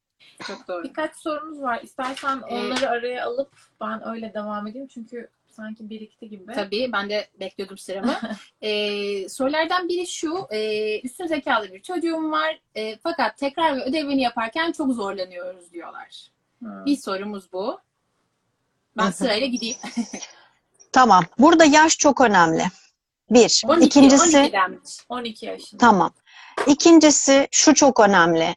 Çok doğru. Birkaç sorumuz var. İstersen onları araya alıp ben öyle devam edeyim. Çünkü sanki birikti gibi. Tabii, ben de bekliyordum sıramı. Sorulardan biri şu, üstün zekalı bir çocuğum var fakat tekrar ve ödevini yaparken çok zorlanıyoruz diyorlar. Bir sorumuz bu. Ben sırayla gideyim. Tamam. Burada yaş çok önemli. Bir. 12, İkincisi 12'denmiş. 12 yaşında. tamam. İkincisi şu çok önemli.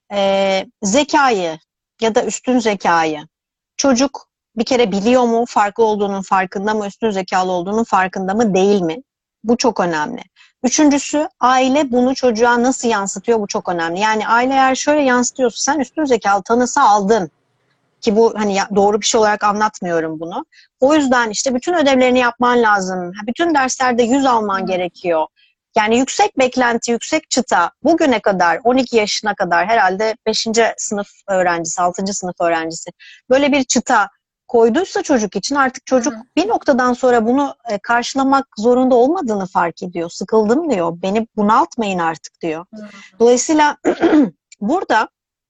Zekayı ya da üstün zekayı çocuk bir kere biliyor mu, farklı olduğunun farkında mı, üstün zekalı olduğunun farkında mı, değil mi? Bu çok önemli. Üçüncüsü, aile bunu çocuğa nasıl yansıtıyor, bu çok önemli. Yani aile eğer şöyle yansıtıyorsa, sen üstün zekalı tanısı aldın ki bu hani doğru bir şey olarak anlatmıyorum bunu. O yüzden işte bütün ödevlerini yapman lazım. Bütün derslerde 100 alman gerekiyor. Yani yüksek beklenti, yüksek çıta bugüne kadar 12 yaşına kadar herhalde 5. sınıf öğrencisi, 6. sınıf öğrencisi böyle bir çıta koyduysa çocuk için artık çocuk bir noktadan sonra bunu karşılamak zorunda olmadığını fark ediyor. Sıkıldım diyor. Beni bunaltmayın artık diyor. Dolayısıyla burada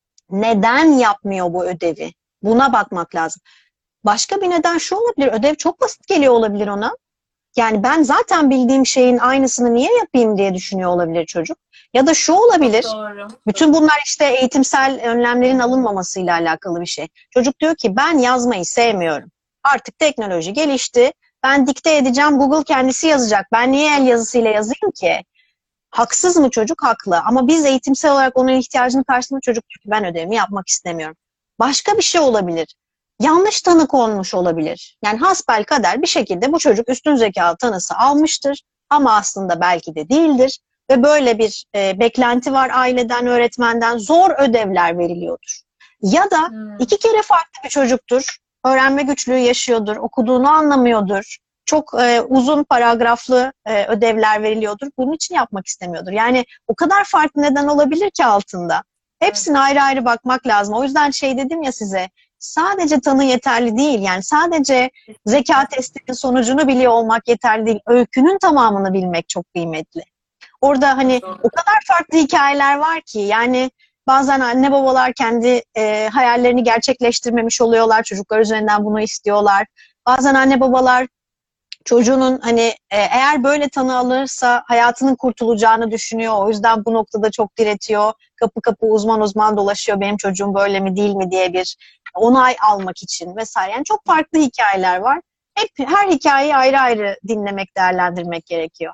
neden yapmıyor bu ödevi? Buna bakmak lazım. Başka bir neden şu olabilir. Ödev çok basit geliyor olabilir ona. Yani ben zaten bildiğim şeyin aynısını niye yapayım diye düşünüyor olabilir çocuk. Ya da şu olabilir. Doğru. Bütün bunlar işte eğitimsel önlemlerin alınmamasıyla alakalı bir şey. Çocuk diyor ki ben yazmayı sevmiyorum. Artık teknoloji gelişti. Ben dikte edeceğim. Google kendisi yazacak. Ben niye el yazısıyla yazayım ki? Haksız mı çocuk? Haklı. Ama biz eğitimsel olarak onun ihtiyacını karşılamak, çocuk diyor ki ben ödevimi yapmak istemiyorum. Başka bir şey olabilir. Yanlış tanı konmuş olabilir. Yani hasbelkader bir şekilde bu çocuk üstün zekalı tanısı almıştır ama aslında belki de değildir ve böyle bir beklenti var aileden, öğretmenden, zor ödevler veriliyordur. Ya da iki kere farklı bir çocuktur, öğrenme güçlüğü yaşıyordur, okuduğunu anlamıyordur, çok uzun paragraflı ödevler veriliyordur, bunun için yapmak istemiyordur. Yani o kadar farklı neden olabilir ki altında. Hepsine ayrı ayrı bakmak lazım. O yüzden şey dedim ya size, sadece tanı yeterli değil. Yani sadece zeka testinin sonucunu biliyor olmak yeterli değil. Öykünün tamamını bilmek çok kıymetli. Orada hani o kadar farklı hikayeler var ki yani bazen anne babalar kendi hayallerini gerçekleştirmemiş oluyorlar. Çocuklar üzerinden bunu istiyorlar. Bazen anne babalar çocuğunun hani eğer böyle tanı alırsa hayatının kurtulacağını düşünüyor. O yüzden bu noktada çok diretiyor. Kapı kapı uzman dolaşıyor. Benim çocuğum böyle mi değil mi diye bir onay almak için vesaire. Yani çok farklı hikayeler var. Her hikayeyi ayrı ayrı dinlemek, değerlendirmek gerekiyor.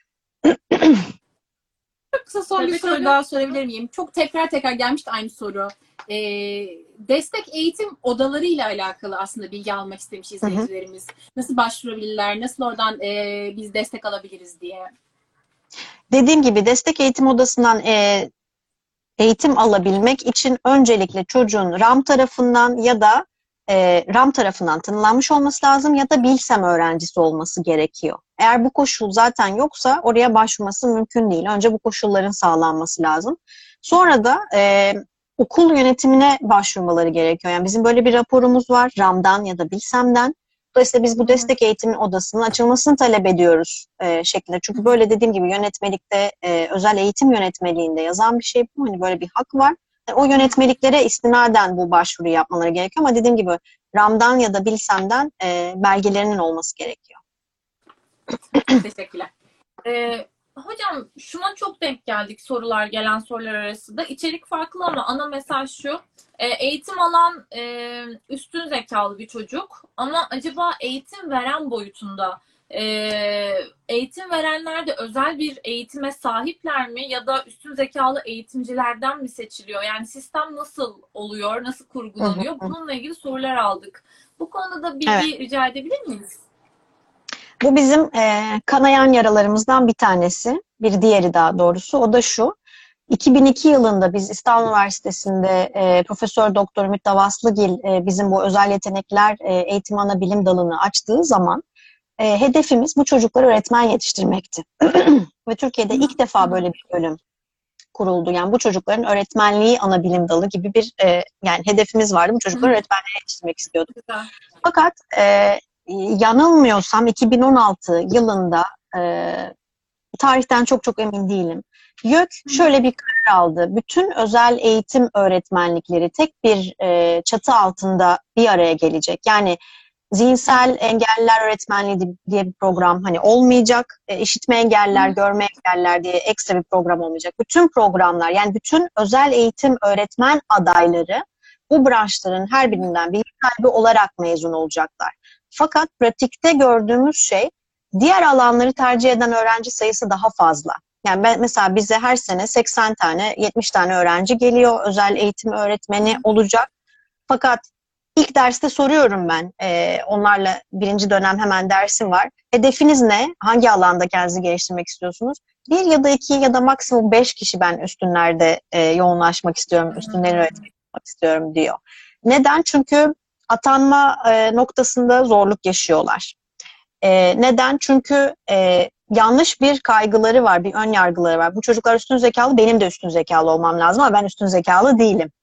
Çok kısa son bir soru daha sorabilir miyim? Çok tekrar gelmişti aynı soru. Destek eğitim odalarıyla alakalı aslında bilgi almak istemiş izleyicilerimiz. Nasıl başvurabilirler? Nasıl oradan biz destek alabiliriz diye. Dediğim gibi destek eğitim odasından eğitim alabilmek için öncelikle çocuğun RAM tarafından ya da RAM tarafından tanılanmış olması lazım ya da Bilsem öğrencisi olması gerekiyor. Eğer bu koşul zaten yoksa oraya başvurması mümkün değil. Önce bu koşulların sağlanması lazım. Sonra da okul yönetimine başvurmaları gerekiyor. Yani bizim böyle bir raporumuz var RAM'dan ya da Bilsem'den. Dolayısıyla biz bu destek eğitim odasının açılmasını talep ediyoruz şeklinde. Çünkü böyle dediğim gibi yönetmelikte, özel eğitim yönetmeliğinde yazan bir şey bu. Hani böyle bir hak var. O yönetmeliklere istinaden bu başvuruyu yapmaları gerekiyor. Ama dediğim gibi RAM'dan ya da Bilsem'den belgelerinin olması gerekiyor. Teşekkürler. Hocam şuna çok denk geldik gelen sorular arasında. İçerik farklı ama ana mesaj şu. Eğitim alan üstün zekalı bir çocuk ama acaba eğitim veren boyutunda eğitim verenler de özel bir eğitime sahipler mi ya da üstün zekalı eğitimcilerden mi seçiliyor? Yani sistem nasıl oluyor, nasıl kurgulanıyor? Bununla ilgili sorular aldık. Bu konuda da bilgi rica edebilir miyiz? Bu bizim kanayan yaralarımızdan bir tanesi, bir diğeri daha doğrusu. O da şu, 2002 yılında biz İstanbul Üniversitesi'nde Profesör Doktor Ümit Davaslıgil bizim bu özel yetenekler eğitim ana bilim dalını açtığı zaman hedefimiz bu çocukları öğretmen yetiştirmekti. Ve Türkiye'de ilk defa böyle bir bölüm kuruldu. Yani bu çocukların öğretmenliği ana bilim dalı gibi bir yani hedefimiz vardı. Bu çocukları öğretmenliğe yetiştirmek istiyorduk. Güzel. Fakat yanılmıyorsam 2016 yılında tarihten çok emin değilim. YÖK şöyle bir karar aldı. Bütün özel eğitim öğretmenlikleri tek bir çatı altında bir araya gelecek. Yani zihinsel engelliler öğretmenliği diye bir program hani olmayacak. İşitme engelliler, görme engelliler diye ekstra bir program olmayacak. Bütün programlar, yani bütün özel eğitim öğretmen adayları bu branşların her birinden bilgi sahibi olarak mezun olacaklar. Fakat pratikte gördüğümüz şey, diğer alanları tercih eden öğrenci sayısı daha fazla. Yani mesela bize her sene 80 tane, 70 tane öğrenci geliyor. Özel eğitim öğretmeni olacak. Fakat ilk derste soruyorum ben. Onlarla birinci dönem hemen dersim var. Hedefiniz ne? Hangi alanda kendinizi geliştirmek istiyorsunuz? Bir ya da iki ya da maksimum 5 kişi ben üstünlerde yoğunlaşmak istiyorum. Üstünleri öğretmek istiyorum diyor. Neden? Çünkü atanma noktasında zorluk yaşıyorlar. Neden? Çünkü yanlış bir kaygıları var, bir ön yargıları var. Bu çocuklar üstün zekalı, benim de üstün zekalı olmam lazım ama ben üstün zekalı değilim.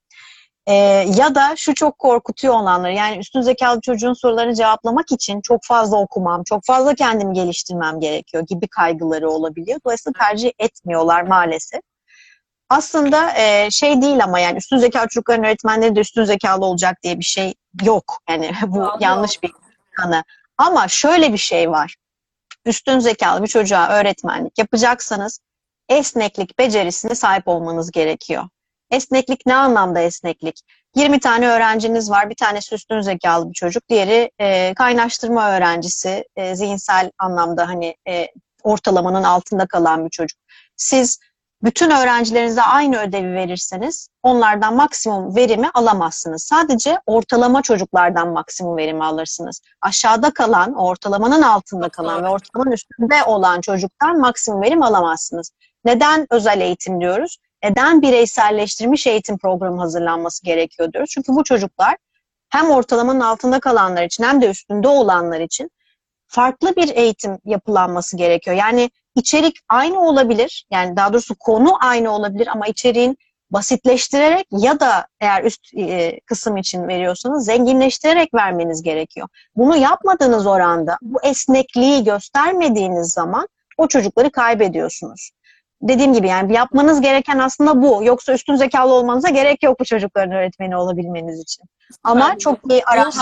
Ya da şu çok korkutuyor olanları, yani üstün zekalı çocuğun sorularını cevaplamak için çok fazla okumam, çok fazla kendimi geliştirmem gerekiyor gibi kaygıları olabiliyor. Dolayısıyla tercih etmiyorlar maalesef. Aslında şey değil ama, yani üstün zekalı çocukların öğretmenleri de üstün zekalı olacak diye bir şey yok. Yani bu yanlış bir kanı. Ama şöyle bir şey var. Üstün zekalı bir çocuğa öğretmenlik yapacaksanız esneklik becerisine sahip olmanız gerekiyor. Esneklik ne anlamda esneklik? 20 tane öğrenciniz var. Bir tanesi üstün zekalı bir çocuk. Diğeri kaynaştırma öğrencisi. Zihinsel anlamda hani ortalamanın altında kalan bir çocuk. Siz bütün öğrencilerinize aynı ödevi verirseniz onlardan maksimum verimi alamazsınız. Sadece ortalama çocuklardan maksimum verimi alırsınız. Aşağıda kalan, ortalamanın altında kalan ve ortalamanın üstünde olan çocuktan maksimum verim alamazsınız. Neden özel eğitim diyoruz? Neden bireyselleştirilmiş eğitim programı hazırlanması gerekiyor diyoruz? Çünkü bu çocuklar hem ortalamanın altında kalanlar için hem de üstünde olanlar için farklı bir eğitim yapılanması gerekiyor. Yani içerik aynı olabilir, yani daha doğrusu konu aynı olabilir ama içeriğin basitleştirerek ya da eğer üst kısım için veriyorsanız zenginleştirerek vermeniz gerekiyor. Bunu yapmadığınız oranda, bu esnekliği göstermediğiniz zaman o çocukları kaybediyorsunuz. Dediğim gibi yani yapmanız gereken aslında bu. Yoksa üstün zekalı olmanıza gerek yok bu çocukların öğretmeni olabilmeniz için. Ama çok iyi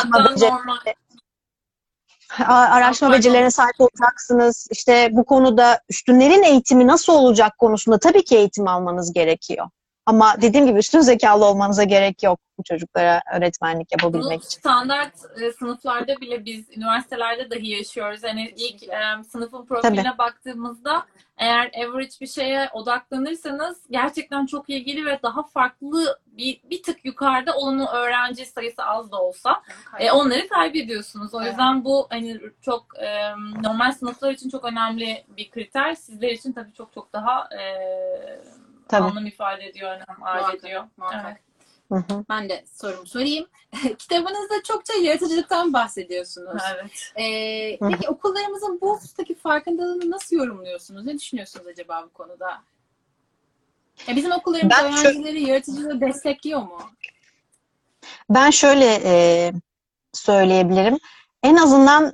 araştırma becerilerine sahip olacaksınız. İşte bu konuda üstünlerin eğitimi nasıl olacak konusunda tabii ki eğitim almanız gerekiyor. Ama dediğim gibi üstün zekalı olmanıza gerek yok bu çocuklara öğretmenlik yapabilmek için. Standart sınıflarda bile biz üniversitelerde dahi yaşıyoruz. Hani ilk sınıfın profiline baktığımızda eğer average bir şeye odaklanırsanız gerçekten çok ilgili ve daha farklı bir tık yukarıda olan öğrenci sayısı az da olsa onları kaybediyorsunuz. O yüzden bu hani çok normal sınıflar için çok önemli bir kriter. Sizler için tabii çok daha anlam ifade ediyor, önem arz ediyor. Evet. Hı-hı. Ben de sorumu sorayım. Kitabınızda çokça yaratıcılıktan bahsediyorsunuz. Evet. Peki okullarımızın bu husustaki farkındalığını nasıl yorumluyorsunuz? Ne düşünüyorsunuz acaba bu konuda? Bizim okullarımız öğrencileri yaratıcılığı destekliyor mu? Ben şöyle söyleyebilirim. En azından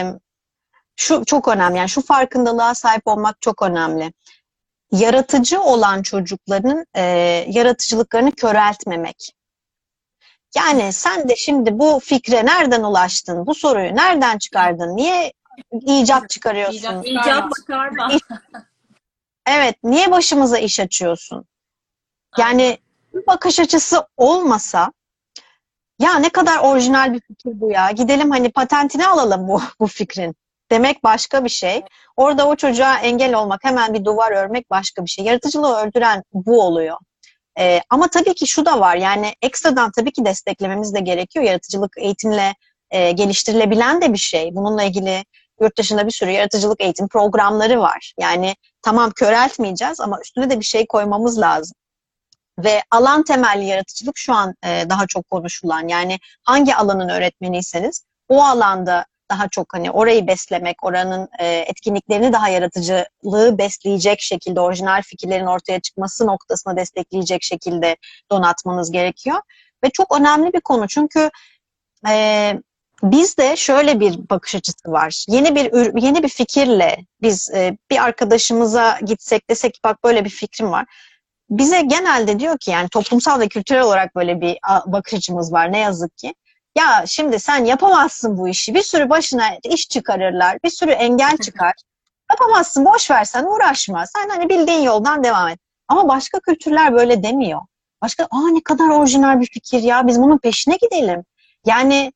şu çok önemli. Yani şu farkındalığa sahip olmak çok önemli. Yaratıcı olan çocukların yaratıcılıklarını köreltmemek. Yani sen de şimdi bu fikre nereden ulaştın? Bu soruyu nereden çıkardın? Niye icat çıkarıyorsun? İcat çıkarma. Evet, niye başımıza iş açıyorsun? Yani bir bakış açısı olmasa, ya ne kadar orijinal bir fikir bu ya. Gidelim hani patentini alalım bu fikrin. Demek başka bir şey. Orada o çocuğa engel olmak, hemen bir duvar örmek başka bir şey. Yaratıcılığı öldüren bu oluyor. Ama tabii ki şu da var, yani ekstradan tabii ki desteklememiz de gerekiyor. Yaratıcılık eğitimle geliştirilebilen de bir şey. Bununla ilgili yurt dışında bir sürü yaratıcılık eğitim programları var. Yani tamam, köreltmeyeceğiz ama üstüne de bir şey koymamız lazım. Ve alan temelli yaratıcılık şu an daha çok konuşulan. Yani hangi alanın öğretmeniyseniz o alanda daha çok hani orayı beslemek, oranın etkinliklerini daha yaratıcılığı besleyecek şekilde, orijinal fikirlerin ortaya çıkması noktasına destekleyecek şekilde donatmanız gerekiyor. Ve çok önemli bir konu, çünkü Bizde şöyle bir bakış açısı var. Yeni bir fikirle biz bir arkadaşımıza gitsek desek ki bak böyle bir fikrim var. Bize genelde diyor ki yani toplumsal ve kültürel olarak böyle bir bakış açımız var ne yazık ki. Ya şimdi sen yapamazsın bu işi. Bir sürü başına iş çıkarırlar. Bir sürü engel çıkar. Yapamazsın, boş ver sen uğraşma. Sen hani bildiğin yoldan devam et. Ama başka kültürler böyle demiyor. Ne kadar orijinal bir fikir ya. Biz bunun peşine gidelim. Yani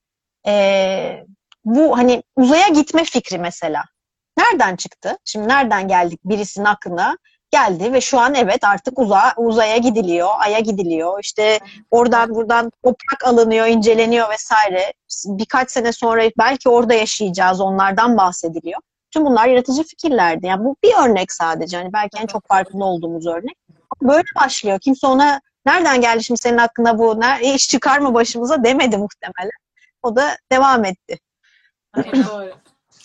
bu hani uzaya gitme fikri mesela. Nereden çıktı? Şimdi nereden geldik birisinin aklına? Geldi ve şu an evet artık uzaya gidiliyor, Ay'a gidiliyor. İşte oradan buradan toprak alınıyor, inceleniyor vesaire. Birkaç sene sonra belki orada yaşayacağız, onlardan bahsediliyor. Tüm bunlar yaratıcı fikirlerdi. Yani bu bir örnek sadece. Hani belki en çok farkında olduğumuz örnek. Böyle başlıyor. Kimse ona nereden geldi şimdi senin aklına bu, iş çıkar mı başımıza demedi muhtemelen. O da devam etti. Evet, doğru.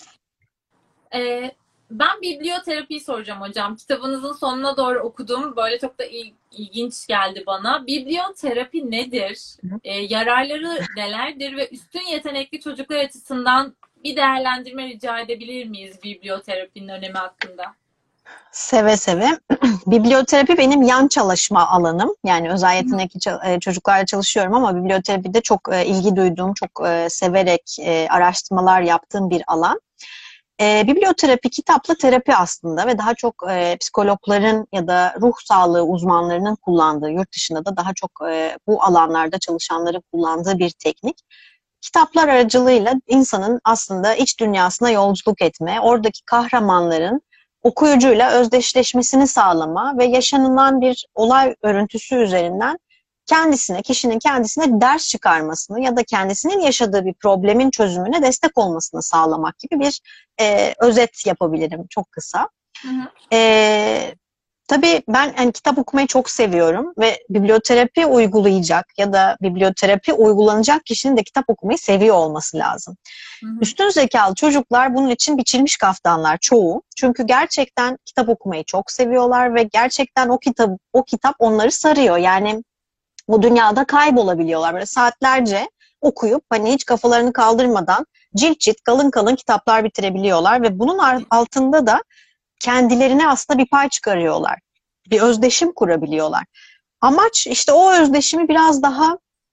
Ben biblioterapiyi soracağım hocam. Kitabınızın sonuna doğru okudum. Böyle çok da ilginç geldi bana. Biblioterapi nedir? Yararları nelerdir? Ve üstün yetenekli çocuklar açısından bir değerlendirme rica edebilir miyiz biblioterapinin önemi hakkında? Seve seve. Biblioterapi benim yan çalışma alanım. Yani özel yetenekli çocuklarla çalışıyorum ama biblioterapide çok ilgi duyduğum, çok severek araştırmalar yaptığım bir alan. Biblioterapi kitaplı terapi aslında ve daha çok psikologların ya da ruh sağlığı uzmanlarının kullandığı, yurt dışında da daha çok bu alanlarda çalışanların kullandığı bir teknik. Kitaplar aracılığıyla insanın aslında iç dünyasına yolculuk etme, oradaki kahramanların okuyucuyla özdeşleşmesini sağlama ve yaşanılan bir olay örüntüsü üzerinden kişinin kendisine ders çıkarmasını ya da kendisinin yaşadığı bir problemin çözümüne destek olmasını sağlamak gibi bir özet yapabilirim çok kısa. Hı hı. Tabii ben hani kitap okumayı çok seviyorum ve biblioterapi uygulayacak ya da biblioterapi uygulanacak kişinin de kitap okumayı seviyor olması lazım. Hı hı. Üstün zekalı çocuklar bunun için biçilmiş kaftanlar çoğu. Çünkü gerçekten kitap okumayı çok seviyorlar ve gerçekten o kitap onları sarıyor. Yani bu dünyada kaybolabiliyorlar. Böyle saatlerce okuyup hani hiç kafalarını kaldırmadan cilt cilt kalın kalın kitaplar bitirebiliyorlar ve bunun altında da kendilerine aslında bir pay çıkarıyorlar. Bir özdeşim kurabiliyorlar. Amaç işte o özdeşimi biraz daha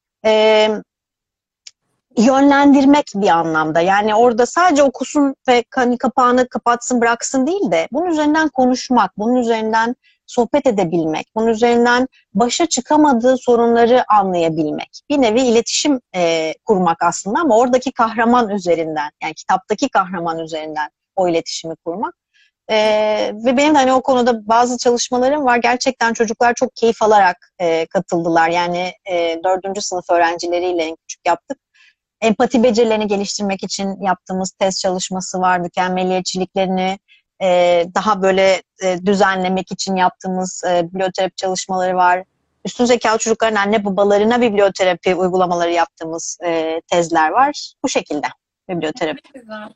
yönlendirmek bir anlamda. Yani orada sadece okusun ve kapağını kapatsın bıraksın değil de bunun üzerinden konuşmak, bunun üzerinden sohbet edebilmek, bunun üzerinden başa çıkamadığı sorunları anlayabilmek. Bir nevi iletişim kurmak aslında ama oradaki kahraman üzerinden, yani kitaptaki kahraman üzerinden o iletişimi kurmak. Ve benim de hani o konuda bazı çalışmalarım var. Gerçekten çocuklar çok keyif alarak katıldılar. Yani 4. sınıf öğrencileriyle en küçük yaptık. Empati becerilerini geliştirmek için yaptığımız test çalışması var. Mükemmeliyetçiliklerini daha böyle düzenlemek için yaptığımız biblioterapi çalışmaları var. Üstün zekalı çocukların anne babalarına biblioterapi uygulamaları yaptığımız tezler var. Bu şekilde biblioterapi. Güzel.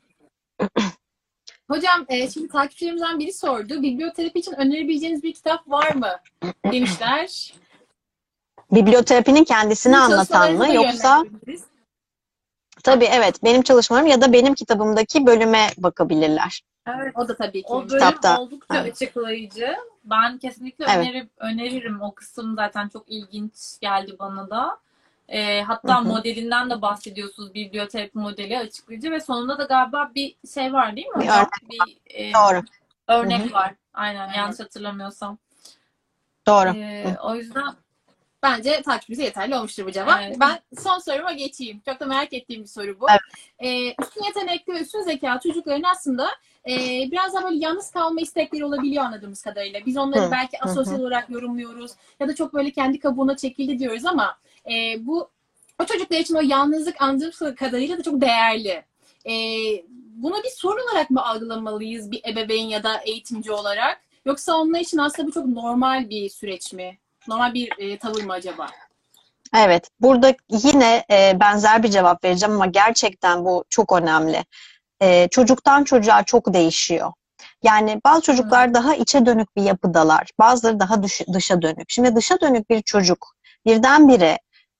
Hocam şimdi takipçilerimizden biri sordu. Biblioterapi için önerebileceğiniz bir kitap var mı? Demişler. Biblioterapinin kendisini Sizin anlatan mı çalışmalarınızı da yoksa? yönlendirebiliriz. Tabii evet, benim çalışmalarım ya da benim kitabımdaki bölüme bakabilirler. Evet. O da tabii ki. O bölüm Kitapta. oldukça Evet. açıklayıcı. Ben kesinlikle Evet. öneririm. O kısım zaten çok ilginç geldi bana da. Hatta Hı hı. modelinden de bahsediyorsunuz. Biblioterapi modeli açıklayıcı ve sonunda da galiba bir şey var değil mi Bir hocam? örnek. Bir Doğru. örnek Hı hı. var. Aynen, yanlış hatırlamıyorsam. Doğru. O yüzden Bence takipçimize yeterli olmuştur bu cevap. Evet. Ben son soruma geçeyim. Çok da merak ettiğim bir soru bu. Üstün yetenekli ve üstün zeka çocukların aslında biraz daha böyle yalnız kalma istekleri olabiliyor anladığımız kadarıyla. Biz onları belki asosyal olarak yorumluyoruz ya da çok böyle kendi kabuğuna çekildi diyoruz ama o çocuklar için o yalnızlık anladığımız kadarıyla da çok değerli. Bunu bir sorun olarak mı algılamalıyız bir ebeveyn ya da eğitimci olarak? Yoksa onlar için aslında bu çok normal bir süreç mi? Normal bir tavır mı acaba? Evet. Burada yine benzer bir cevap vereceğim ama gerçekten bu çok önemli. Çocuktan çocuğa çok değişiyor. Yani bazı çocuklar daha içe dönük bir yapıdalar. Bazıları daha dışa dönük. Şimdi dışa dönük bir çocuk birdenbire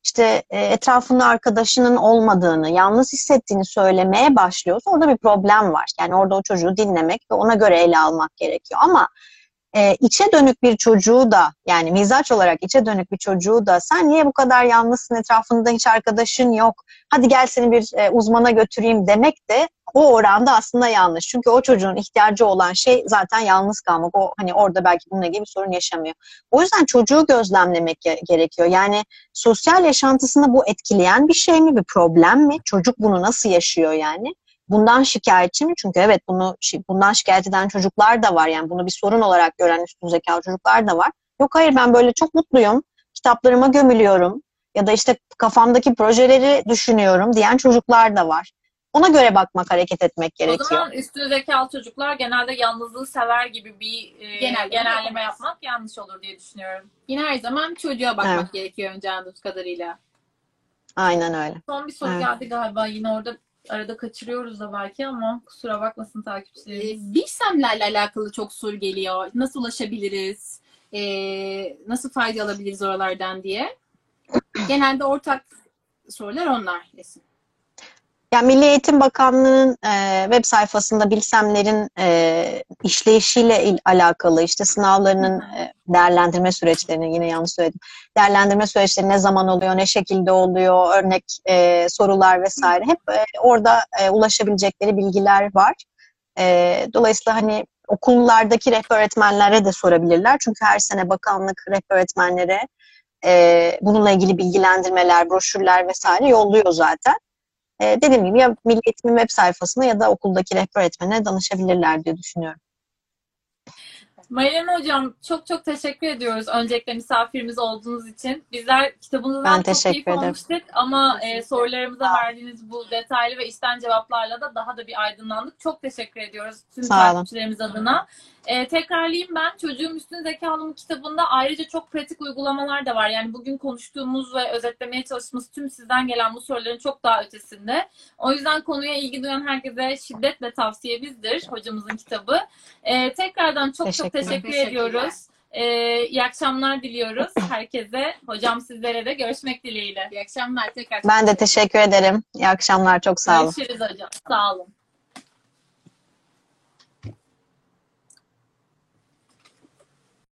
işte etrafında arkadaşının olmadığını, yalnız hissettiğini söylemeye başlıyorsa orada bir problem var. Yani orada o çocuğu dinlemek ve ona göre ele almak gerekiyor. Ama içe dönük bir çocuğu da, yani mizaç olarak içe dönük bir çocuğu da sen niye bu kadar yalnızsın, etrafında hiç arkadaşın yok, hadi gel seni bir uzmana götüreyim demek de o oranda aslında yanlış. Çünkü o çocuğun ihtiyacı olan şey zaten yalnız kalmak. O hani orada belki bununla ilgili bir sorun yaşamıyor. O yüzden çocuğu gözlemlemek gerekiyor. Yani sosyal yaşantısını bu etkileyen bir şey mi, bir problem mi? Çocuk bunu nasıl yaşıyor yani? Bundan şikayetçi mi? Çünkü evet bundan şikayet eden çocuklar da var. Yani bunu bir sorun olarak gören üstün zekalı çocuklar da var. Yok hayır, ben böyle çok mutluyum, kitaplarıma gömülüyorum ya da işte kafamdaki projeleri düşünüyorum diyen çocuklar da var. Ona göre bakmak, hareket etmek O gerekiyor. zaman üstün zekalı çocuklar genelde yalnızlığı sever gibi bir genelleme yapmak yanlış olur diye düşünüyorum. Yine her zaman çocuğa bakmak Evet. gerekiyor önce anladığımız kadarıyla. Aynen öyle. Son bir soru Evet. geldi galiba. Yine orada arada kaçırıyoruz da belki ama kusura bakmasın takipçilerimiz. Bilsemlerle alakalı çok soru geliyor. Nasıl ulaşabiliriz? Nasıl fayda alabiliriz oralardan diye. Genelde ortak sorular onlar. Esin. Yani Milli Eğitim Bakanlığı'nın web sayfasında Bilsemler'in işleyişiyle alakalı, işte sınavlarının değerlendirme süreçlerini, yine yanlış söyledim, değerlendirme süreçleri ne zaman oluyor, ne şekilde oluyor, örnek sorular vesaire, hep orada ulaşabilecekleri bilgiler var. Dolayısıyla hani okullardaki rehber öğretmenlere de sorabilirler. Çünkü her sene bakanlık rehber öğretmenlere bununla ilgili bilgilendirmeler, broşürler vesaire yolluyor zaten. Dediğim gibi ya Milli Eğitim'in web sayfasına ya da okuldaki rehber öğretmene danışabilirler diye düşünüyorum. Marilyn Hocam çok çok teşekkür ediyoruz öncelikle misafirimiz olduğunuz için. Bizler kitabınızdan Ben çok teşekkür keyif ederim. almıştık ama sorularımıza verdiğiniz bu detaylı ve içten cevaplarla da daha da bir aydınlandık. Çok teşekkür ediyoruz tüm Sağ olun. takipçilerimiz adına. Tekrarlayayım ben. Çocuğum Üstün Zekalımın kitabında ayrıca çok pratik uygulamalar da var. Yani bugün konuştuğumuz ve özetlemeye çalıştığımız tüm sizden gelen bu soruların çok daha ötesinde. O yüzden konuya ilgi duyan herkese şiddetle tavsiyemizdir hocamızın kitabı. Tekrardan çok teşekkür ediyoruz. İyi akşamlar diliyoruz herkese. Hocam sizlere de görüşmek dileğiyle. İyi akşamlar tekrar. Ben de teşekkür ederim. İyi akşamlar, çok sağ olun. Görüşürüz hocam. Sağ olun.